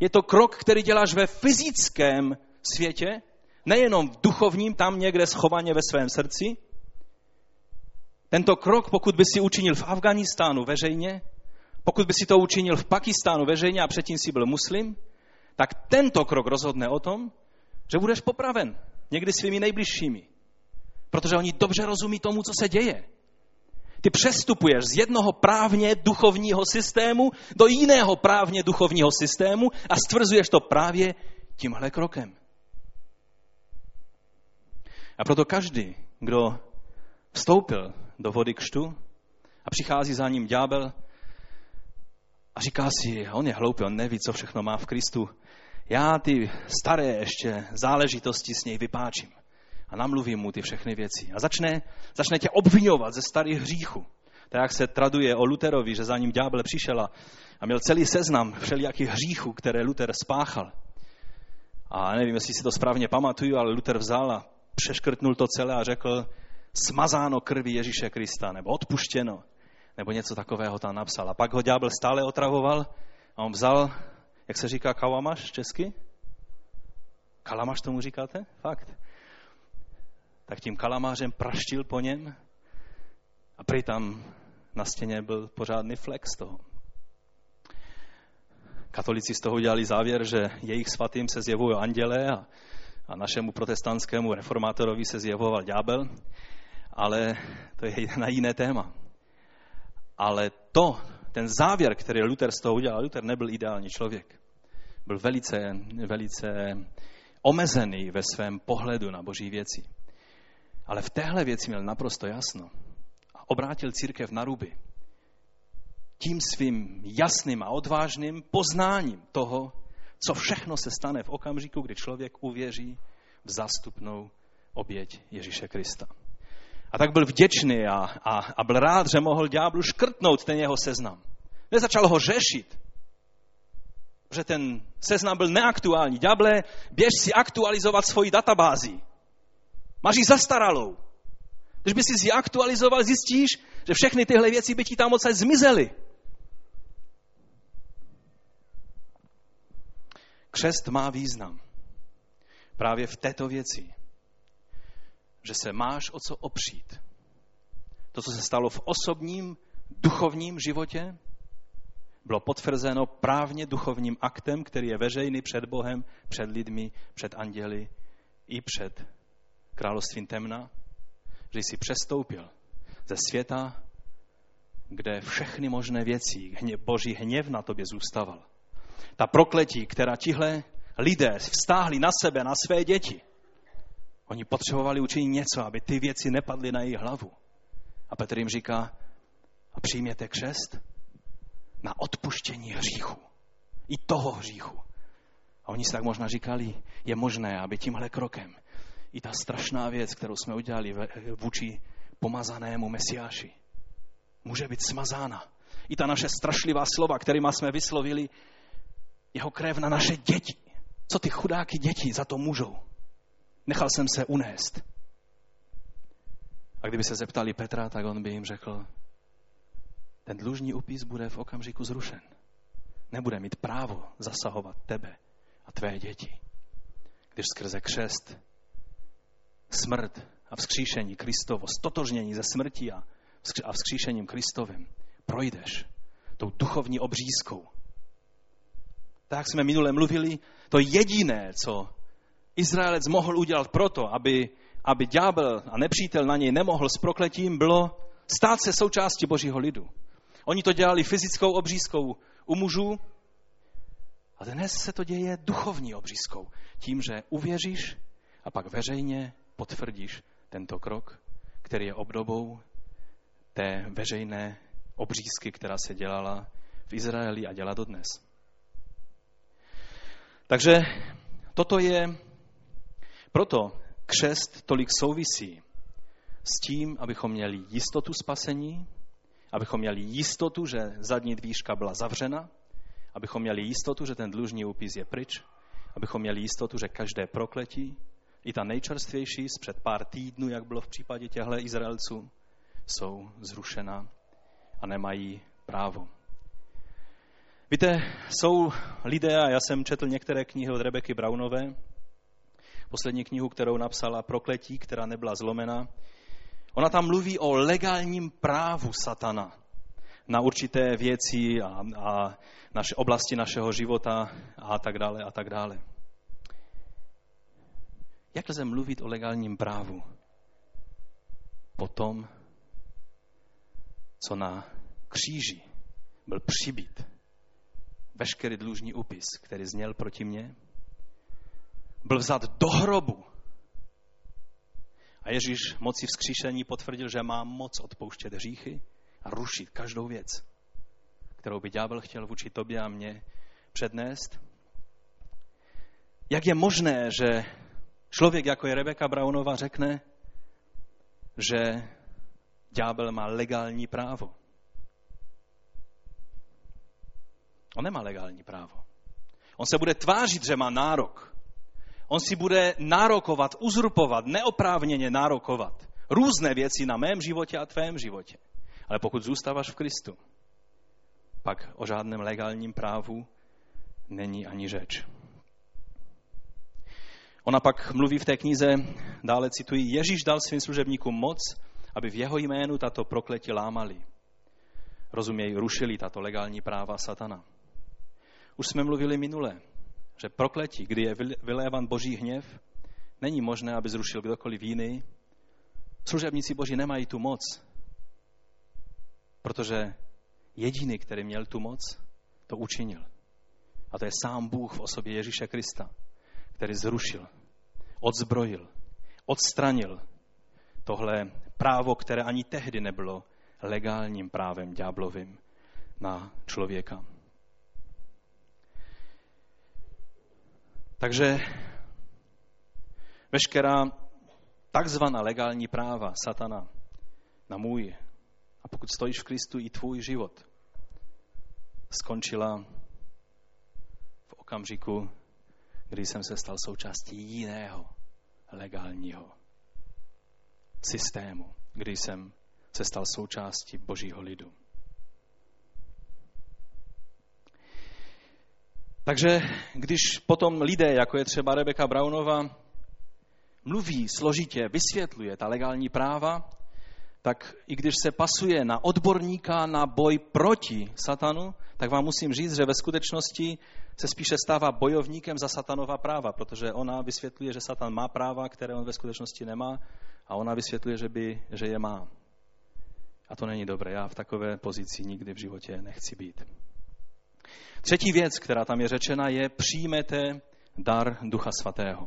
A: Je to krok, který děláš ve fyzickém světě, nejenom v duchovním, tam někde schovaně ve svém srdci. Tento krok, pokud by si učinil v Afghánistánu veřejně, pokud by si to učinil v Pakistánu veřejně a předtím si byl muslim, tak tento krok rozhodne o tom, že budeš popraven někdy svými nejbližšími. Protože oni dobře rozumí tomu, co se děje. Ty přestupuješ z jednoho právně duchovního systému do jiného právně duchovního systému a stvrzuješ to právě tímhle krokem. A proto každý, kdo vstoupil do vody křtu a přichází za ním ďábel a říká si, on je hloupý, on neví, co všechno má v Kristu, já ty staré ještě záležitosti s něj vypáčím. A namluvím mu ty všechny věci. A začne, začne tě obvinovat ze starých hříchů. Tak jak se traduje o Luterovi, že za ním ďábel přišel a měl celý seznam všelijakých hříchů, které Luther spáchal. A nevím, jestli si to správně pamatuju, ale Luther vzal a přeškrtnul to celé a řekl smazáno krví Ježíše Krista, nebo odpuštěno, nebo něco takového tam napsal. A pak ho ďábel stále otravoval a on vzal, jak se říká kalamaš česky? Kalamaš tomu říkáte? Fakt. Tak tím kalamářem praštil po něm a prý tam na stěně byl pořádný flek z toho. Katolíci z toho udělali závěr, že jejich svatým se zjevují anděle a, a našemu protestantskému reformátorovi se zjevoval ďábel, ale to je na jiné téma. Ale to, ten závěr, který Luther z toho udělal, Luther nebyl ideální člověk. Byl velice, velice omezený ve svém pohledu na boží věci. Ale v téhle věci měl naprosto jasno. A obrátil církev na ruby. Tím svým jasným a odvážným poznáním toho, co všechno se stane v okamžiku, kdy člověk uvěří v zástupnou oběť Ježíše Krista. A tak byl vděčný a, a, a byl rád, že mohl ďáblu škrtnout ten jeho seznam. Nezačal ho řešit, že ten seznam byl neaktuální. Ďáble, běž si aktualizovat svoji databázi. Máš ji zastaralou. Když by si ji aktualizoval, zjistíš, že všechny tyhle věci by ti tam odsaď zmizely. Křest má význam právě v této věci, že se máš o co opřít. To, co se stalo v osobním, duchovním životě, bylo potvrzeno právně duchovním aktem, který je veřejný před Bohem, před lidmi, před anděli i před královstvím temna, že jsi přestoupil ze světa, kde všechny možné věci, hně, boží hněv na tobě zůstával. Ta prokletí, která tihle lidé vztáhli na sebe, na své děti, oni potřebovali učinit něco, aby ty věci nepadly na jejich hlavu. A Petr jim říká, a přijměte křest na odpuštění hříchu. I toho hříchu. A oni si tak možná říkali, je možné, aby tímhle krokem i ta strašná věc, kterou jsme udělali vůči pomazanému Mesiáši, může být smazána. I ta naše strašlivá slova, kterými jsme vyslovili, jeho krev na naše děti. Co ty chudáky děti za to můžou? Nechal jsem se unést. A kdyby se zeptali Petra, tak on by jim řekl, ten dlužní úpis bude v okamžiku zrušen. Nebude mít právo zasahovat tebe a tvé děti. Když skrze křest, smrt a vzkříšení Kristovo, stotožnění ze smrti a vzkříšením Kristovým projdeš tou duchovní obřízkou. Tak, jak jsme minule mluvili, to jediné, co Izraelec mohl udělat proto, aby, aby ďábel a nepřítel na něj nemohl s prokletím, bylo stát se součástí Božího lidu. Oni to dělali fyzickou obřízkou u mužů, a dnes se to děje duchovní obřízkou. Tím, že uvěříš a pak veřejně potvrdíš tento krok, který je obdobou té veřejné obřízky, která se dělala v Izraeli a dělá dodnes. Takže toto je, proto křest tolik souvisí s tím, abychom měli jistotu spasení, abychom měli jistotu, že zadní dvířka byla zavřena, abychom měli jistotu, že ten dlužní úpis je pryč, abychom měli jistotu, že každé prokletí, i ta nejčerstvější z před pár týdnů, jak bylo v případě těchto Izraelců, jsou zrušena a nemají právo. Víte, jsou lidé, a já jsem četl některé knihy od Rebeky Brownové, poslední knihu, kterou napsala Prokletí, která nebyla zlomena. Ona tam mluví o legálním právu satana na určité věci a, a naše oblasti našeho života a tak dále a tak dále. Jak lze mluvit o legálním právu po tom, co na kříži byl přibit veškerý dlužní úpis, který zněl proti mně, byl vzat do hrobu. A Ježíš mocí vzkříšení potvrdil, že má moc odpouštět hříchy a rušit každou věc, kterou by ďábel chtěl vůči tobě a mně přednést. Jak je možné, že člověk, jako je Rebeka Brownová, řekne, že ďábel má legální právo? On nemá legální právo. On se bude tvářit, že má nárok. On si bude nárokovat, uzurpovat, neoprávněně nárokovat různé věci na mém životě a tvém životě. Ale pokud zůstáváš v Kristu, pak o žádném legálním právu není ani řeč. Ona pak mluví v té knize, dále cituji, Ježíš dal svým služebníkům moc, aby v jeho jménu tato prokletí lámali. Rozumějí, rušili tato legální práva satana. Už jsme mluvili minule, že prokletí, kdy je vylévan boží hněv, není možné, aby zrušil kdokoliv jiný. Služebníci boží nemají tu moc, protože jediný, který měl tu moc, to učinil. A to je sám Bůh v osobě Ježíše Krista, který zrušil, odzbrojil, odstranil tohle právo, které ani tehdy nebylo legálním právem ďáblovým na člověka. Takže veškerá takzvaná legální práva satana na můj, a pokud stojíš v Kristu, i tvůj život, skončila v okamžiku, kdy jsem se stal součástí jiného legálního systému, kdy jsem se stal součástí božího lidu. Takže když potom lidé, jako je třeba Rebeka Brownova, mluví složitě, vysvětluje ta legální práva, tak i když se pasuje na odborníka na boj proti satanu, tak vám musím říct, že ve skutečnosti se spíše stává bojovníkem za satanova práva, protože ona vysvětluje, že satan má práva, které on ve skutečnosti nemá, a ona vysvětluje, že, by, že je má. A to není dobré. Já v takové pozici nikdy v životě nechci být. Třetí věc, která tam je řečena, je přijmete dar Ducha Svatého.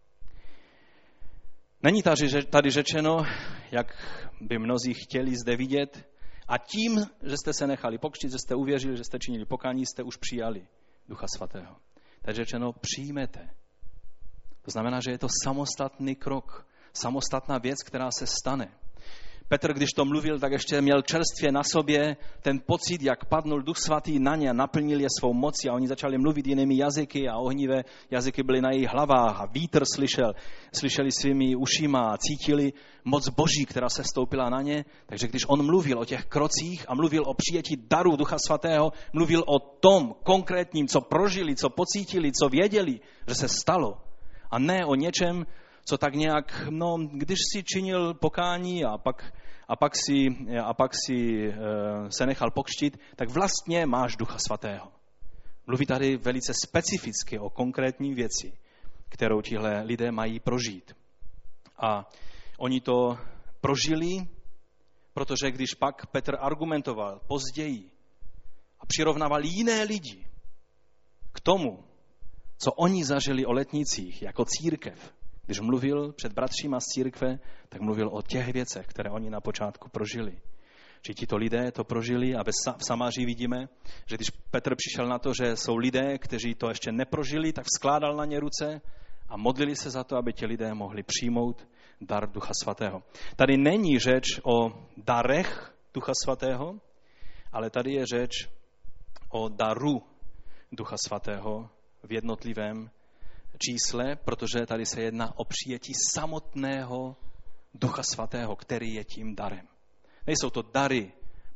A: Není tady řečeno, jak by mnozí chtěli zde vidět, a tím, že jste se nechali pokřtít, že jste uvěřili, že jste činili pokání, jste už přijali Ducha Svatého. Takže řečeno přijmete. To znamená, že je to samostatný krok, samostatná věc, která se stane. Petr, když to mluvil, tak ještě měl čerstvě na sobě ten pocit, jak padnul Duch Svatý na ně a naplnil je svou mocí a oni začali mluvit jinými jazyky a ohnivé jazyky byly na jejich hlavách a vítr slyšel, slyšeli svými ušima a cítili moc Boží, která se stoupila na ně. Takže když on mluvil o těch krocích a mluvil o přijetí daru Ducha Svatého, mluvil o tom konkrétním, co prožili, co pocítili, co věděli, že se stalo, a ne o něčem, co tak nějak, no, když si činil pokání a pak, a pak si, a pak si e, se nechal pokřtít, tak vlastně máš Ducha Svatého. Mluví tady velice specificky o konkrétní věci, kterou tihle lidé mají prožít. A oni to prožili, protože když pak Petr argumentoval později a přirovnával jiné lidi k tomu, co oni zažili o letnicích jako církev, když mluvil před bratříma z církve, tak mluvil o těch věcech, které oni na počátku prožili. Že tito lidé to prožili a v Samáří vidíme, že když Petr přišel na to, že jsou lidé, kteří to ještě neprožili, tak vzkládal na ně ruce a modlili se za to, aby ti lidé mohli přijmout dar Ducha Svatého. Tady není řeč o darech Ducha Svatého, ale tady je řeč o daru Ducha Svatého v jednotlivém čísle, protože tady se jedná o přijetí samotného Ducha Svatého, který je tím darem. Nejsou to dary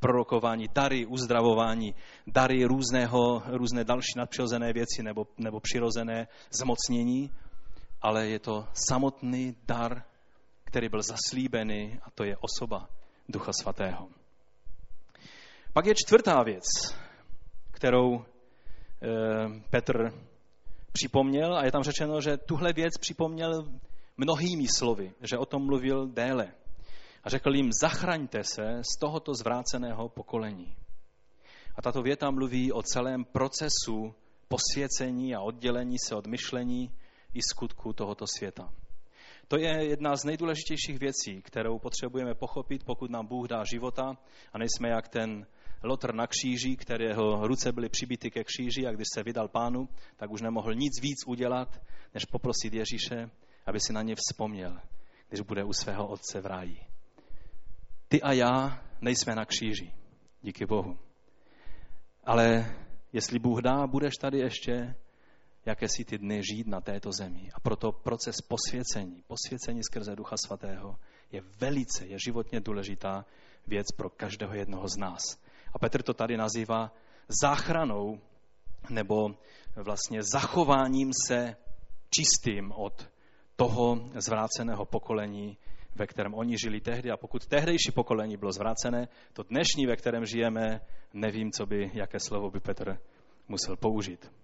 A: prorokování, dary uzdravování, dary různého, různé další nadpřirozené věci nebo, nebo přirozené zmocnění, ale je to samotný dar, který byl zaslíbený, a to je osoba Ducha Svatého. Pak je čtvrtá věc, kterou e, Petr připomněl, a je tam řečeno, že tuhle věc připomněl mnohými slovy, že o tom mluvil déle. A řekl jim, zachraňte se z tohoto zvráceného pokolení. A tato věta mluví o celém procesu posvěcení a oddělení se od myšlení i skutku tohoto světa. To je jedna z nejdůležitějších věcí, kterou potřebujeme pochopit, pokud nám Bůh dá života a nejsme jak ten Lotr na kříži, kterého ruce byly přibity ke kříži, a když se vydal Pánu, tak už nemohl nic víc udělat, než poprosit Ježíše, aby si na ně vzpomněl, když bude u svého Otce v ráji. Ty a já nejsme na kříži, díky Bohu. Ale jestli Bůh dá, budeš tady ještě jakési ty dny žít na této zemi. A proto proces posvěcení, posvěcení skrze Ducha Svatého je velice, je životně důležitá věc pro každého jednoho z nás. A Petr to tady nazývá záchranou nebo vlastně zachováním se čistým od toho zvráceného pokolení, ve kterém oni žili tehdy. A pokud tehdejší pokolení bylo zvrácené, to dnešní, ve kterém žijeme, nevím, co by, jaké slovo by Petr musel použít.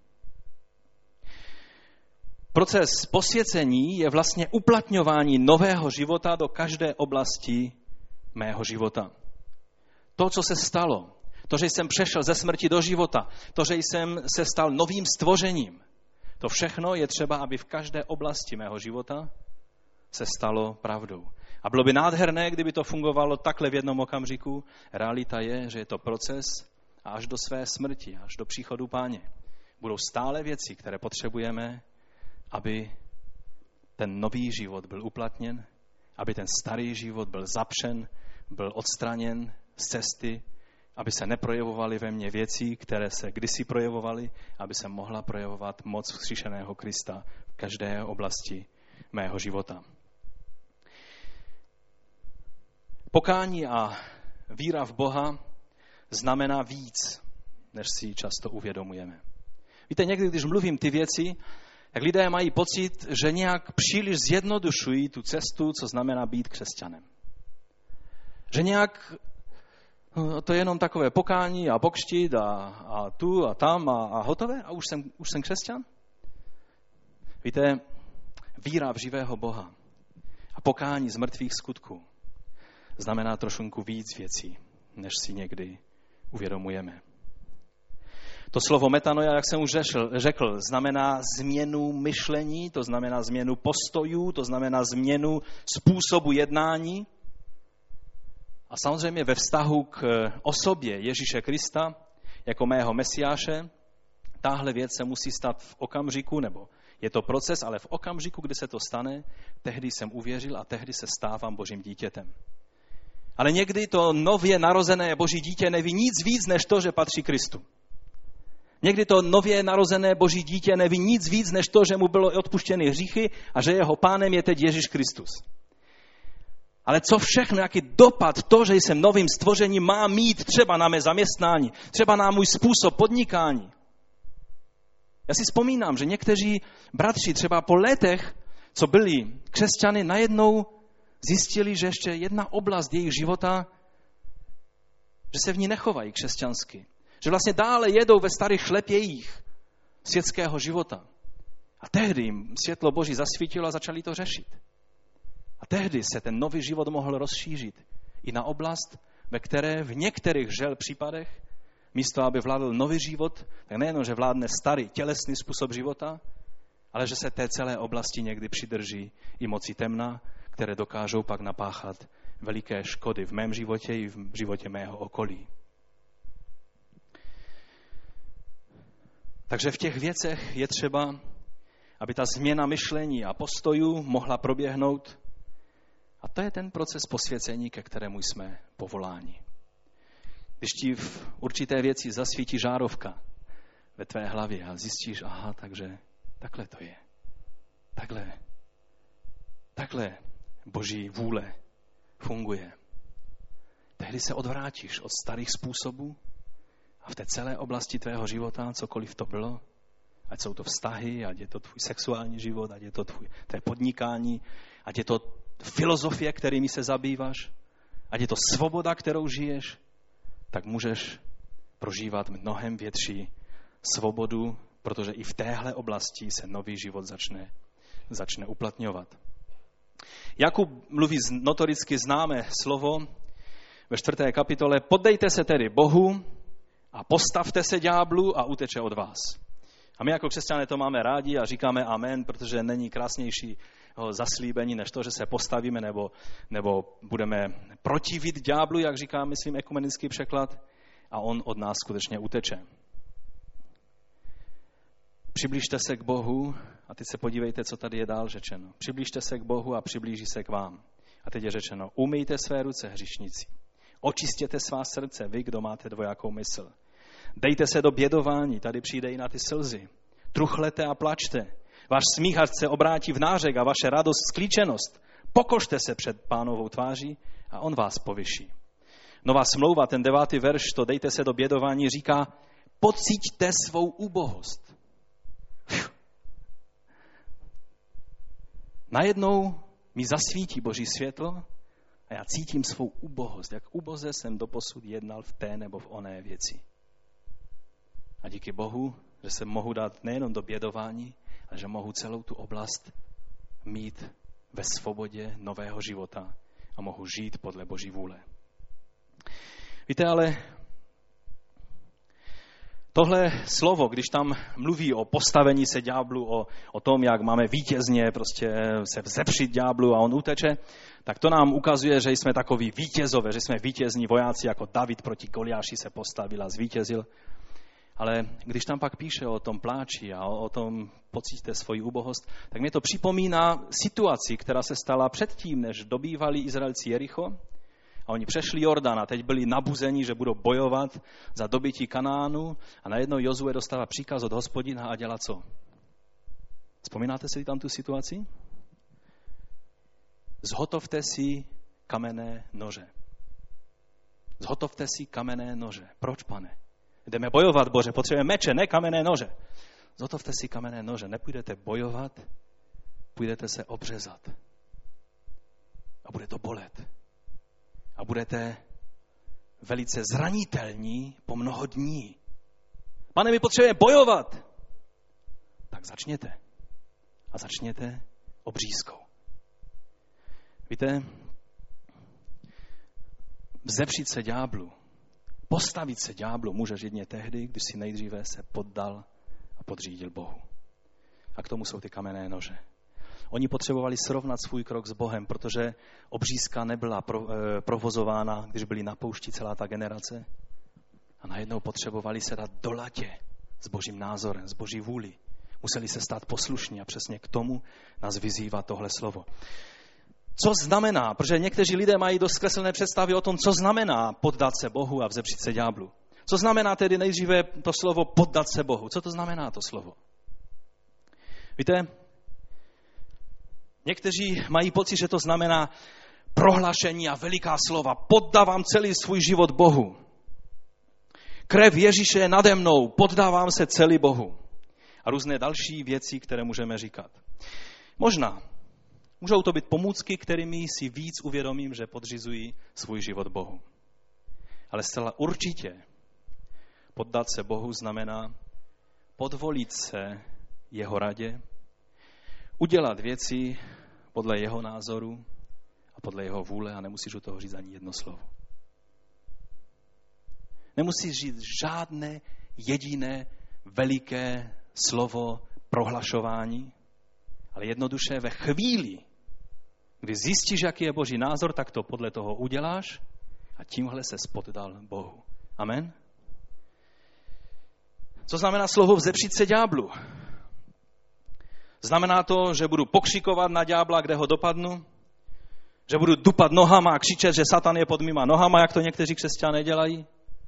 A: Proces posvěcení je vlastně uplatňování nového života do každé oblasti mého života. To, co se stalo, to, že jsem přešel ze smrti do života, to, že jsem se stal novým stvořením, to všechno je třeba, aby v každé oblasti mého života se stalo pravdou. A bylo by nádherné, kdyby to fungovalo takhle v jednom okamžiku. Realita je, že je to proces a až do své smrti, až do příchodu Páně budou stále věci, které potřebujeme, aby ten nový život byl uplatněn, aby ten starý život byl zapřen, byl odstraněn z cesty, aby se neprojevovaly ve mně věci, které se kdysi projevovaly, aby se mohla projevovat moc vzkříšeného Krista v každé oblasti mého života. Pokání a víra v Boha znamená víc, než si často uvědomujeme. Víte, někdy, když mluvím ty věci, tak lidé mají pocit, že nějak příliš zjednodušují tu cestu, co znamená být křesťanem. Že nějak to je jenom takové pokání a pokřtit a, a tu a tam a, a hotové a už jsem, už jsem křesťan. Víte, víra v živého Boha a pokání z mrtvých skutků znamená trošku víc věcí, než si někdy uvědomujeme. To slovo metanoia, jak jsem už řekl, znamená změnu myšlení, to znamená změnu postojů, to znamená změnu způsobu jednání. A samozřejmě ve vztahu k osobě Ježíše Krista jako mého Mesiáše, tahle věc se musí stát v okamžiku, nebo je to proces, ale v okamžiku, kdy se to stane, tehdy jsem uvěřil a tehdy se stávám Božím dítětem. Ale někdy to nově narozené Boží dítě neví nic víc, než to, že patří Kristu. Někdy to nově narozené Boží dítě neví nic víc, než to, že mu bylo odpuštěny hříchy a že jeho pánem je teď Ježíš Kristus. Ale co všechno, jaký dopad to, že jsem novým stvořením, má mít třeba na mé zaměstnání, třeba na můj způsob podnikání. Já si vzpomínám, že někteří bratři třeba po letech, co byli křesťany, najednou zjistili, že ještě jedna oblast jejich života, že se v ní nechovají křesťansky. Že vlastně dále jedou ve starých šlepějích světského života. A tehdy jim světlo Boží zasvítilo a začali to řešit. A tehdy se ten nový život mohl rozšířit i na oblast, ve které v některých žel případech, místo aby vládl nový život, tak nejenom, že vládne starý tělesný způsob života, ale že se té celé oblasti někdy přidrží i moci temna, které dokážou pak napáchat veliké škody v mém životě i v životě mého okolí. Takže v těch věcech je třeba, aby ta změna myšlení a postojů mohla proběhnout. A to je ten proces posvěcení, ke kterému jsme povoláni. Když ti v určité věci zasvítí žárovka ve tvé hlavě a zjistíš, aha, takže takhle to je. Takhle. Takhle Boží vůle funguje. tehdy se odvrátíš od starých způsobů a v té celé oblasti tvého života, cokoliv to bylo, ať jsou to vztahy, ať je to tvůj sexuální život, ať je to tvůj, tvé podnikání, ať je to filozofie, kterými se zabýváš, ať je to svoboda, kterou žiješ, tak můžeš prožívat mnohem větší svobodu, protože i v téhle oblasti se nový život začne, začne uplatňovat. Jakub mluví notoricky známé slovo ve čtvrté kapitole: poddejte se tedy Bohu a postavte se ďáblu a uteče od vás. A my jako křesťané to máme rádi a říkáme amen, protože není krásnější zaslíbení, než to, že se postavíme nebo, nebo budeme protivit ďáblu, jak říká, myslím, ekumenický překlad, a on od nás skutečně uteče. Přiblížte se k Bohu a teď se podívejte, co tady je dál řečeno. Přiblížte se k Bohu a přiblíží se k vám. A teď je řečeno: umyjte své ruce, hříšníci. Očistěte svá srdce, vy, kdo máte dvojakou mysl. Dejte se do bědování, tady přijde i na ty slzy. Truchlete a plačte. Váš smích se obrátí v nářek a vaše radost sklíčenost. Pokořte se před Pánovou tváří a on vás povyší. Nová smlouva, ten devátý verš, to dejte se do bědování, říká: pociťte svou úbohost. Najednou mi zasvítí Boží světlo a já cítím svou úbohost, jak uboze jsem doposud jednal v té nebo v oné věci. A díky Bohu, že se mohu dát nejenom do bědování, ale že mohu celou tu oblast mít ve svobodě nového života a mohu žít podle Boží vůle. Víte, ale tohle slovo, když tam mluví o postavení se ďáblu, o, o tom, jak máme vítězně prostě se vzepřít ďáblu a on uteče, tak to nám ukazuje, že jsme takoví vítězové, že jsme vítězní vojáci, jako David proti Goliáši se postavil a zvítězil. Ale když tam pak píše o tom pláči a o, o tom pocítíte svoji úbohost, tak mě to připomíná situaci, která se stala předtím, než dobývali Izraelci Jericho. A oni přešli Jordan a teď byli nabuzeni, že budou bojovat za dobytí Kanánu a najednou Jozue dostává příkaz od Hospodina a dělá co? Vzpomínáte si tam tu situaci? Zhotovte si kamenné nože. Zhotovte si kamenné nože. Proč, Pane? Jdeme bojovat, Bože, potřebujeme meče, ne kamenné nože. Zhotovte si kamenné nože. Nepůjdete bojovat, půjdete se obřezat. A bude to bolet. A budete velice zranitelní po mnoho dní. Pane, my potřebujeme bojovat. Tak začněte. A začněte obřízkou. Víte, vzepřít se ďáblu, postavit se ďáblu můžeš jedině tehdy, když si nejdříve se poddal a podřídil Bohu. A k tomu jsou ty kamenné nože. Oni potřebovali srovnat svůj krok s Bohem, protože obřízka nebyla provozována, když byli na poušti celá ta generace. A najednou potřebovali se dát do latě s Božím názorem, s Boží vůli. Museli se stát poslušní a přesně k tomu nás vyzývá tohle slovo. Co znamená, protože někteří lidé mají dost zkreslené představy o tom, co znamená poddat se Bohu a vzepřít se ďáblu. Co znamená tedy nejdříve to slovo poddat se Bohu? Co to znamená to slovo? Víte, někteří mají pocit, že to znamená prohlášení a veliká slova. Poddávám celý svůj život Bohu. Krev Ježíše je nade mnou, poddávám se celý Bohu. A různé další věci, které můžeme říkat. Možná. Můžou to být pomůcky, kterými si víc uvědomím, že podřizují svůj život Bohu. Ale zcela určitě poddat se Bohu znamená podvolit se jeho radě, udělat věci podle jeho názoru a podle jeho vůle a nemusíš u toho říct ani jedno slovo. Nemusíš říct žádné jediné veliké slovo prohlašování, ale jednoduše ve chvíli, kdy zjistíš, jaký je Boží názor, tak to podle toho uděláš a tímhle se poddal Bohu. Amen? Co znamená slovo vzepřít se ďáblu? Znamená to, že budu pokřikovat na ďábla, kde ho dopadnu? Že budu dupat nohama a křičet, že Satan je pod mýma nohama, jak to někteří křesťané dělají?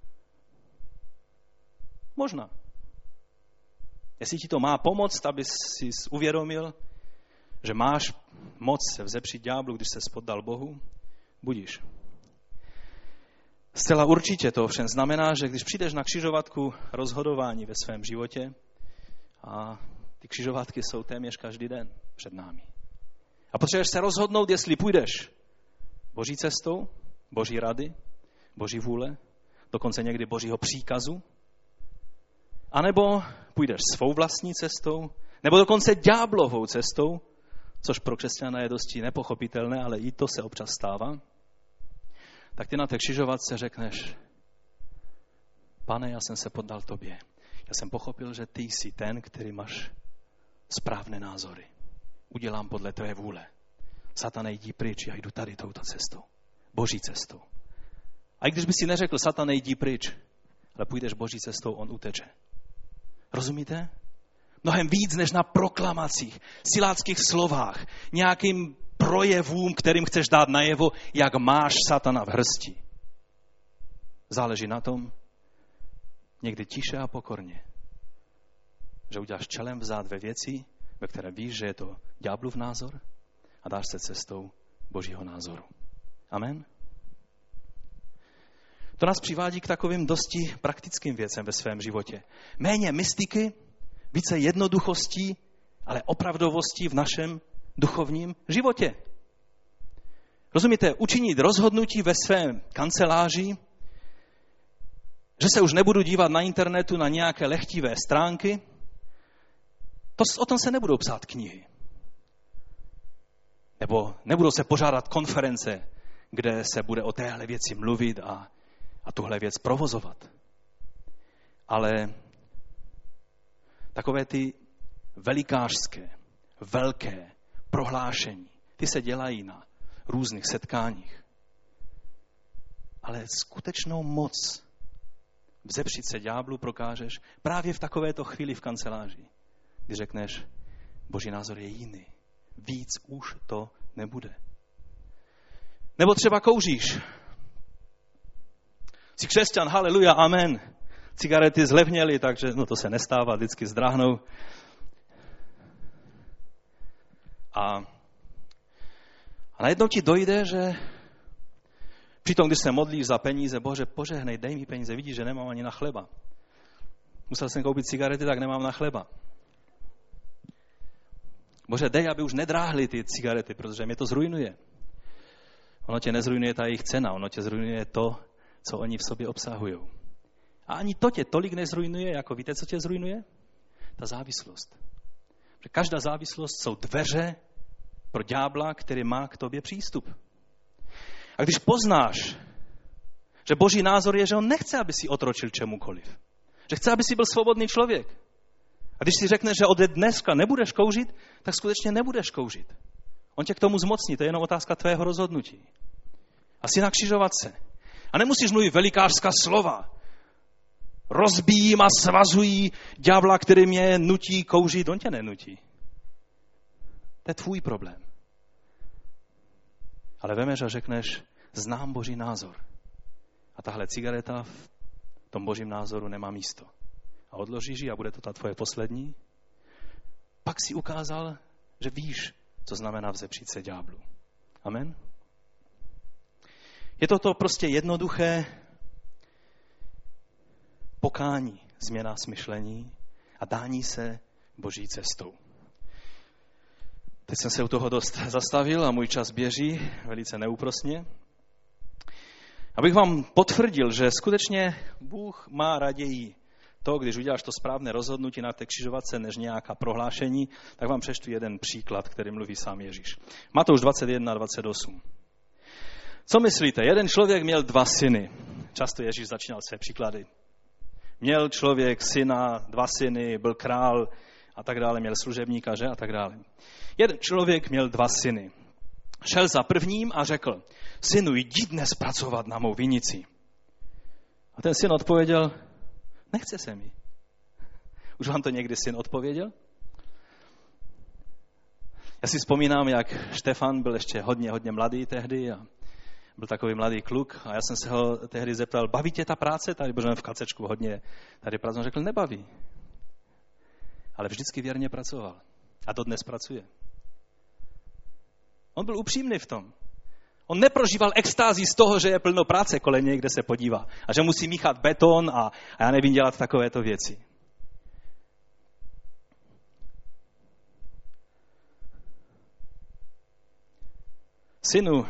A: Možná. Jestli ti to má pomoct, aby jsi uvědomil, že máš moc se vzepřít ďáblu, když se poddal Bohu, budíš. Zcela určitě to ovšem znamená, že když přijdeš na křižovatku rozhodování ve svém životě, a ty křižovatky jsou téměř každý den před námi. A potřebuješ se rozhodnout, jestli půjdeš Boží cestou, Boží rady, Boží vůle, dokonce někdy Božího příkazu, anebo půjdeš svou vlastní cestou, nebo dokonce ďáblovou cestou, což pro křesťana je dosti nepochopitelné, ale i to se občas stává, tak ty na té křižovatce řekneš, Pane, já jsem se poddal tobě. Já jsem pochopil, že ty jsi ten, který máš správné názory. Udělám podle tvé vůle. Satane, jdi pryč, já jdu tady touto cestou. Boží cestou. A i když by si neřekl, Satane, jdi pryč, ale půjdeš Boží cestou, on uteče. Rozumíte? Mnohem víc než na proklamacích, siláckých slovách, nějakým projevům, kterým chceš dát najevo, jak máš Satana v hrsti. Záleží na tom, někdy tiše a pokorně, že uděláš čelem vzad ve věci, ve které víš, že je to ďáblův názor a dáš se cestou Božího názoru. Amen? To nás přivádí k takovým dosti praktickým věcem ve svém životě. Méně mystiky, více jednoduchostí, ale opravdovostí v našem duchovním životě. Rozumíte, učinit rozhodnutí ve svém kanceláři, že se už nebudu dívat na internetu na nějaké lehtivé stránky, to, o tom se nebudou psát knihy. Nebo nebudou se pořádat konference, kde se bude o téhle věci mluvit a, a tuhle věc provozovat. Ale takové ty velikářské, velké prohlášení, ty se dělají na různých setkáních. Ale skutečnou moc vzepřít se ďáblu prokážeš právě v takovéto chvíli v kanceláři, kdy řekneš, Boží názor je jiný. Víc už to nebude. Nebo třeba kouříš. Jsi křesťan, haleluja, amen. Cigarety zlevněly, takže no to se nestává, vždycky zdráhnou. A, a najednou ti dojde, že přitom, když se modlíš za peníze, Bože, požehnej, dej mi peníze, vidíš, že nemám ani na chleba. Musel jsem koupit cigarety, tak nemám na chleba. Bože, dej, aby už nedráhly ty cigarety, protože mě to zrujnuje. Ono tě nezrujnuje ta jejich cena, ono tě zrujnuje to, co oni v sobě obsahují. A ani to tě tolik nezrujnuje, jako víte, co tě zrujnuje? Ta závislost. Protože každá závislost jsou dveře pro ďábla, který má k tobě přístup. A když poznáš, že Boží názor je, že on nechce, aby si otročil čemukoliv. Že chce, aby si byl svobodný člověk. A když si řekneš, že ode dneska nebudeš kouřit, tak skutečně nebudeš kouřit. On tě k tomu zmocní, to je jenom otázka tvého rozhodnutí. A jsi na křižovatce. A nemusíš mluvit velikářská slova. Rozbíjím a svazují ďábla, který mě nutí kouřit. On tě nenutí. To je tvůj problém. Ale vemeš a řekneš, znám Boží názor. A tahle cigareta v tom Božím názoru nemá místo. A odložíš ji a bude to ta tvoje poslední. Pak si ukázal, že víš, co znamená vzepřít se ďáblu. Amen? Je to to prostě jednoduché pokání, změna smyšlení a dání se Boží cestou. Teď jsem se u toho dost zastavil a můj čas běží velice neúprosně. Abych vám potvrdil, že skutečně Bůh má raději to, když uděláš to správné rozhodnutí na té křižovatce, než nějaká prohlášení, tak vám přečtu jeden příklad, který mluví sám Ježíš. Matouš dvacet jedna dvacet osm. Co myslíte? Jeden člověk měl dva syny. Často Ježíš začínal své příklady. Měl člověk syna, dva syny, byl král a tak dále, měl služebníka, že? A tak dále. Jeden člověk měl dva syny. Šel za prvním a řekl, synu, jdi dnes pracovat na mou vinici. A ten syn odpověděl, nechce se mi. Už vám to někdy syn odpověděl? Já si vzpomínám, jak Štefan byl ještě hodně, hodně mladý tehdy a byl takový mladý kluk a já jsem se ho tehdy zeptal, baví tě ta práce? Tady byl v Kacečku hodně tady pracoval. Řekl, nebaví. Ale vždycky věrně pracoval. A dodnes pracuje. On byl upřímný v tom. On neprožíval extázi z toho, že je plno práce kolem něj, kde se podívá. A že musí míchat beton a, a já nevím dělat takovéto věci. Synu,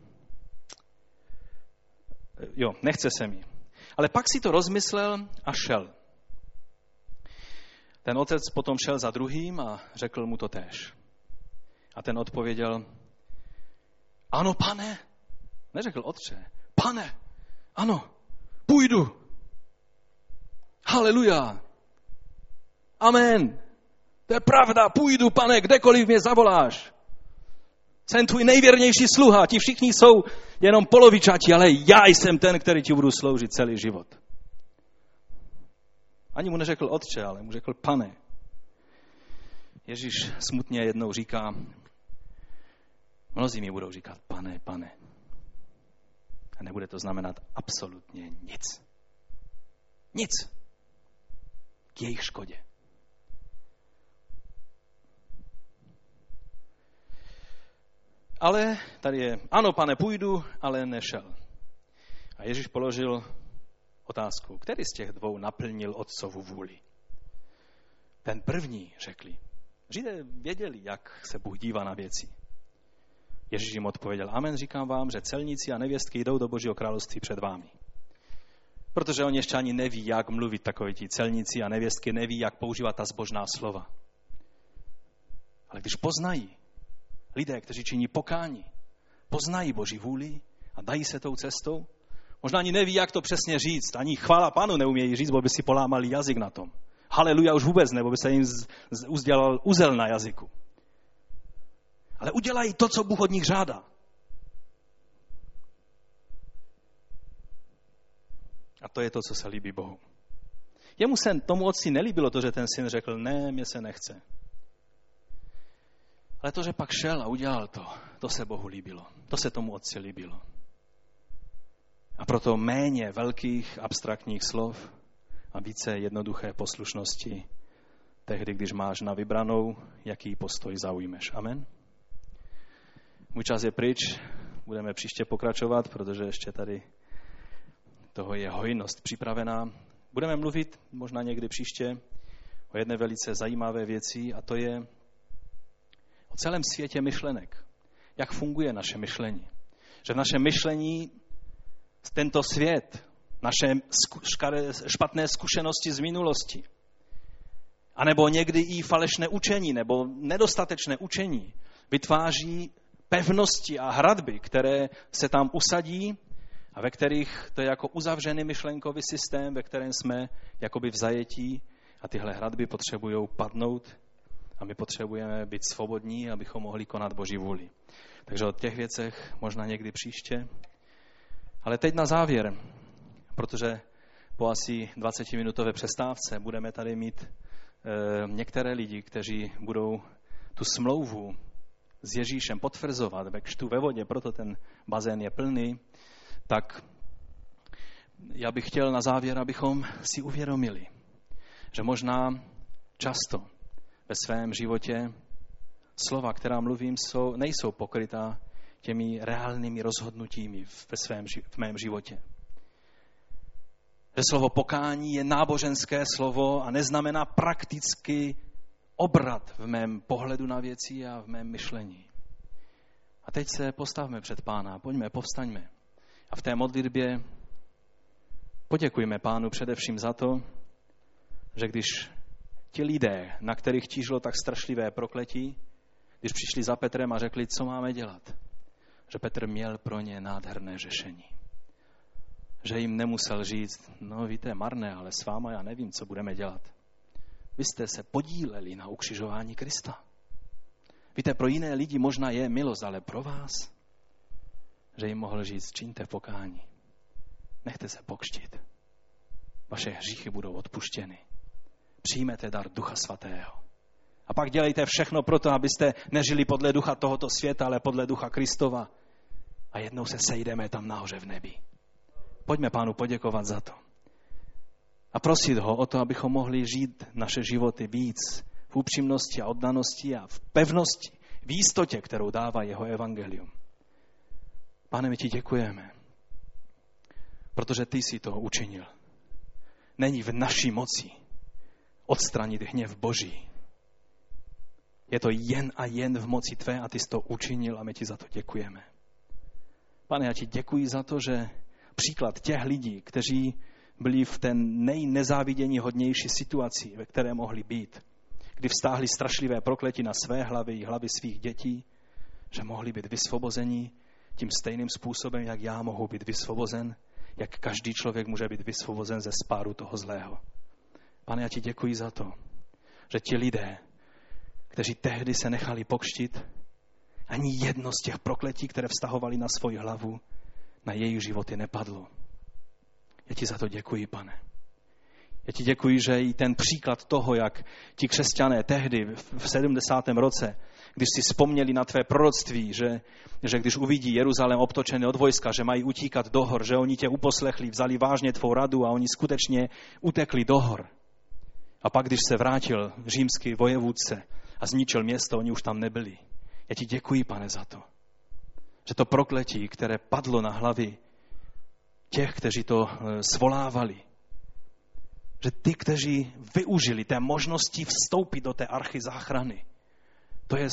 A: jo, nechce se mi. Ale pak si to rozmyslel a šel. Ten otec potom šel za druhým a řekl mu to též. A ten odpověděl, ano, pane. Neřekl otče, pane, ano, půjdu. Haleluja. Amen. To je pravda, půjdu, pane, kdekoliv mě zavoláš. Jsem tvůj nejvěrnější sluha, ti všichni jsou jenom polovičatí, ale já jsem ten, který ti budu sloužit celý život. Ani mu neřekl otče, ale mu řekl pane. Ježíš smutně jednou říká, mnozí mi budou říkat pane, pane. A nebude to znamenat absolutně nic. Nic. K jejich škodě. Ale tady je, ano, pane, půjdu, ale nešel. A Ježíš položil otázku, který z těch dvou naplnil otcovu vůli? Ten první, řekli. Židé věděli, jak se Bůh dívá na věci. Ježíš jim odpověděl, amen, říkám vám, že celníci a nevěstky jdou do Božího království před vámi. Protože oni ještě ani neví, jak mluvit takoví ti celníci a nevěstky, neví, jak používat ta zbožná slova. Ale když poznají, lidé, kteří činí pokání, poznají Boží vůli a dají se tou cestou, možná ani neví, jak to přesně říct, ani chvála Pánu neumějí říct, bo by si polámali jazyk na tom. Haleluja už vůbec, nebo by se jim z, z, uzdělal uzel na jazyku. Ale udělají to, co Bůh od nich žádá. A to je to, co se líbí Bohu. Jemu se tomu otci nelíbilo to, že ten syn řekl, ne, mě se nechce. Ale to, že pak šel a udělal to, to se Bohu líbilo. To se tomu otci líbilo. A proto méně velkých abstraktních slov a více jednoduché poslušnosti tehdy, když máš na vybranou, jaký postoj zaujmeš. Amen. Můj čas je pryč, budeme příště pokračovat, protože ještě tady toho je hojnost připravená. Budeme mluvit možná někdy příště o jedné velice zajímavé věci a to je o celém světě myšlenek. Jak funguje naše myšlení. Že v našem myšlení tento svět, naše špatné zkušenosti z minulosti, anebo někdy i falešné učení, nebo nedostatečné učení, vytváří pevnosti a hradby, které se tam usadí a ve kterých to je jako uzavřený myšlenkový systém, ve kterém jsme jakoby v zajetí a tyhle hradby potřebují padnout a my potřebujeme být svobodní, abychom mohli konat Boží vůli. Takže o těch věcech možná někdy příště. Ale teď na závěr, protože po asi dvacetiminutové přestávce budeme tady mít e, některé lidi, kteří budou tu smlouvu s Ježíšem potvrzovat ve křtu ve vodě, proto ten bazén je plný, tak já bych chtěl na závěr, abychom si uvědomili, že možná často ve svém životě slova, která mluvím, jsou, nejsou pokrytá těmi reálnými rozhodnutími ve svém, v mém životě. Že slovo pokání je náboženské slovo a neznamená prakticky obrat v mém pohledu na věci a v mém myšlení. A teď se postavme před Pána, pojďme, povstaňme. A v té modlitbě poděkujme Pánu především za to, že když ti lidé, na kterých tížilo tak strašlivé prokletí, když přišli za Petrem a řekli, co máme dělat, že Petr měl pro ně nádherné řešení. Že jim nemusel říct, no víte, marné, ale s váma já nevím, co budeme dělat. Vy jste se podíleli na ukřižování Krista. Víte, pro jiné lidi možná je milost, ale pro vás, že jim mohl říct, čiňte pokání. Nechte se pokřtít. Vaše hříchy budou odpuštěny. Přijmete dar Ducha Svatého. A pak dělejte všechno pro to, abyste nežili podle ducha tohoto světa, ale podle ducha Kristova. A jednou se sejdeme tam nahoře v nebi. Pojďme Pánu poděkovat za to. A prosit ho o to, abychom mohli žít naše životy víc v upřímnosti a oddanosti a v pevnosti, v jistotě, kterou dává jeho evangelium. Pane, my ti děkujeme, protože ty jsi to učinil. Není v naší moci odstranit hněv Boží. Je to jen a jen v moci tvé a ty jsi to učinil a my ti za to děkujeme. Pane, já ti děkuji za to, že příklad těch lidí, kteří byli v té nejnezávidění hodnější situaci, ve které mohli být, kdy vztáhli strašlivé prokletí na své hlavy i hlavy svých dětí, že mohli být vysvobozeni tím stejným způsobem, jak já mohu být vysvobozen, jak každý člověk může být vysvobozen ze spáru toho zlého. Pane, já ti děkuji za to, že ti lidé, kteří tehdy se nechali pokřtit, ani jedno z těch prokletí, které vztahovali na svoji hlavu, na jejich životy nepadlo. Já ti za to děkuji, Pane. Já ti děkuji, že i ten příklad toho, jak ti křesťané tehdy v sedmdesátém roce, když si vzpomněli na tvé proroctví, že, že když uvidí Jeruzalém obtočený od vojska, že mají utíkat do hor, že oni tě uposlechli, vzali vážně tvou radu a oni skutečně utekli do hor. A pak, když se vrátil římský vojevůdce a zničil město, oni už tam nebyli. Já ti děkuji, Pane, za to, že to prokletí, které padlo na hlavy těch, kteří to svolávali, že ty, kteří využili té možnosti vstoupit do té archy záchrany, to je,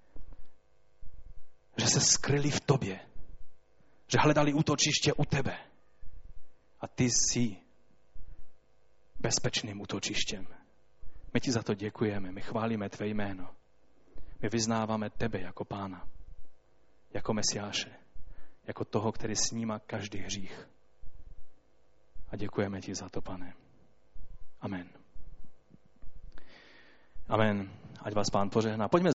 A: že se skryli v tobě, že hledali útočiště u tebe a ty jsi bezpečným útočištěm. My ti za to děkujeme, my chválíme tvé jméno. My vyznáváme tebe jako Pána, jako Mesiáše, jako toho, který snímá každý hřích. A děkujeme ti za to, Pane. Amen. Amen. Ať vás Pán požehná. Pojďme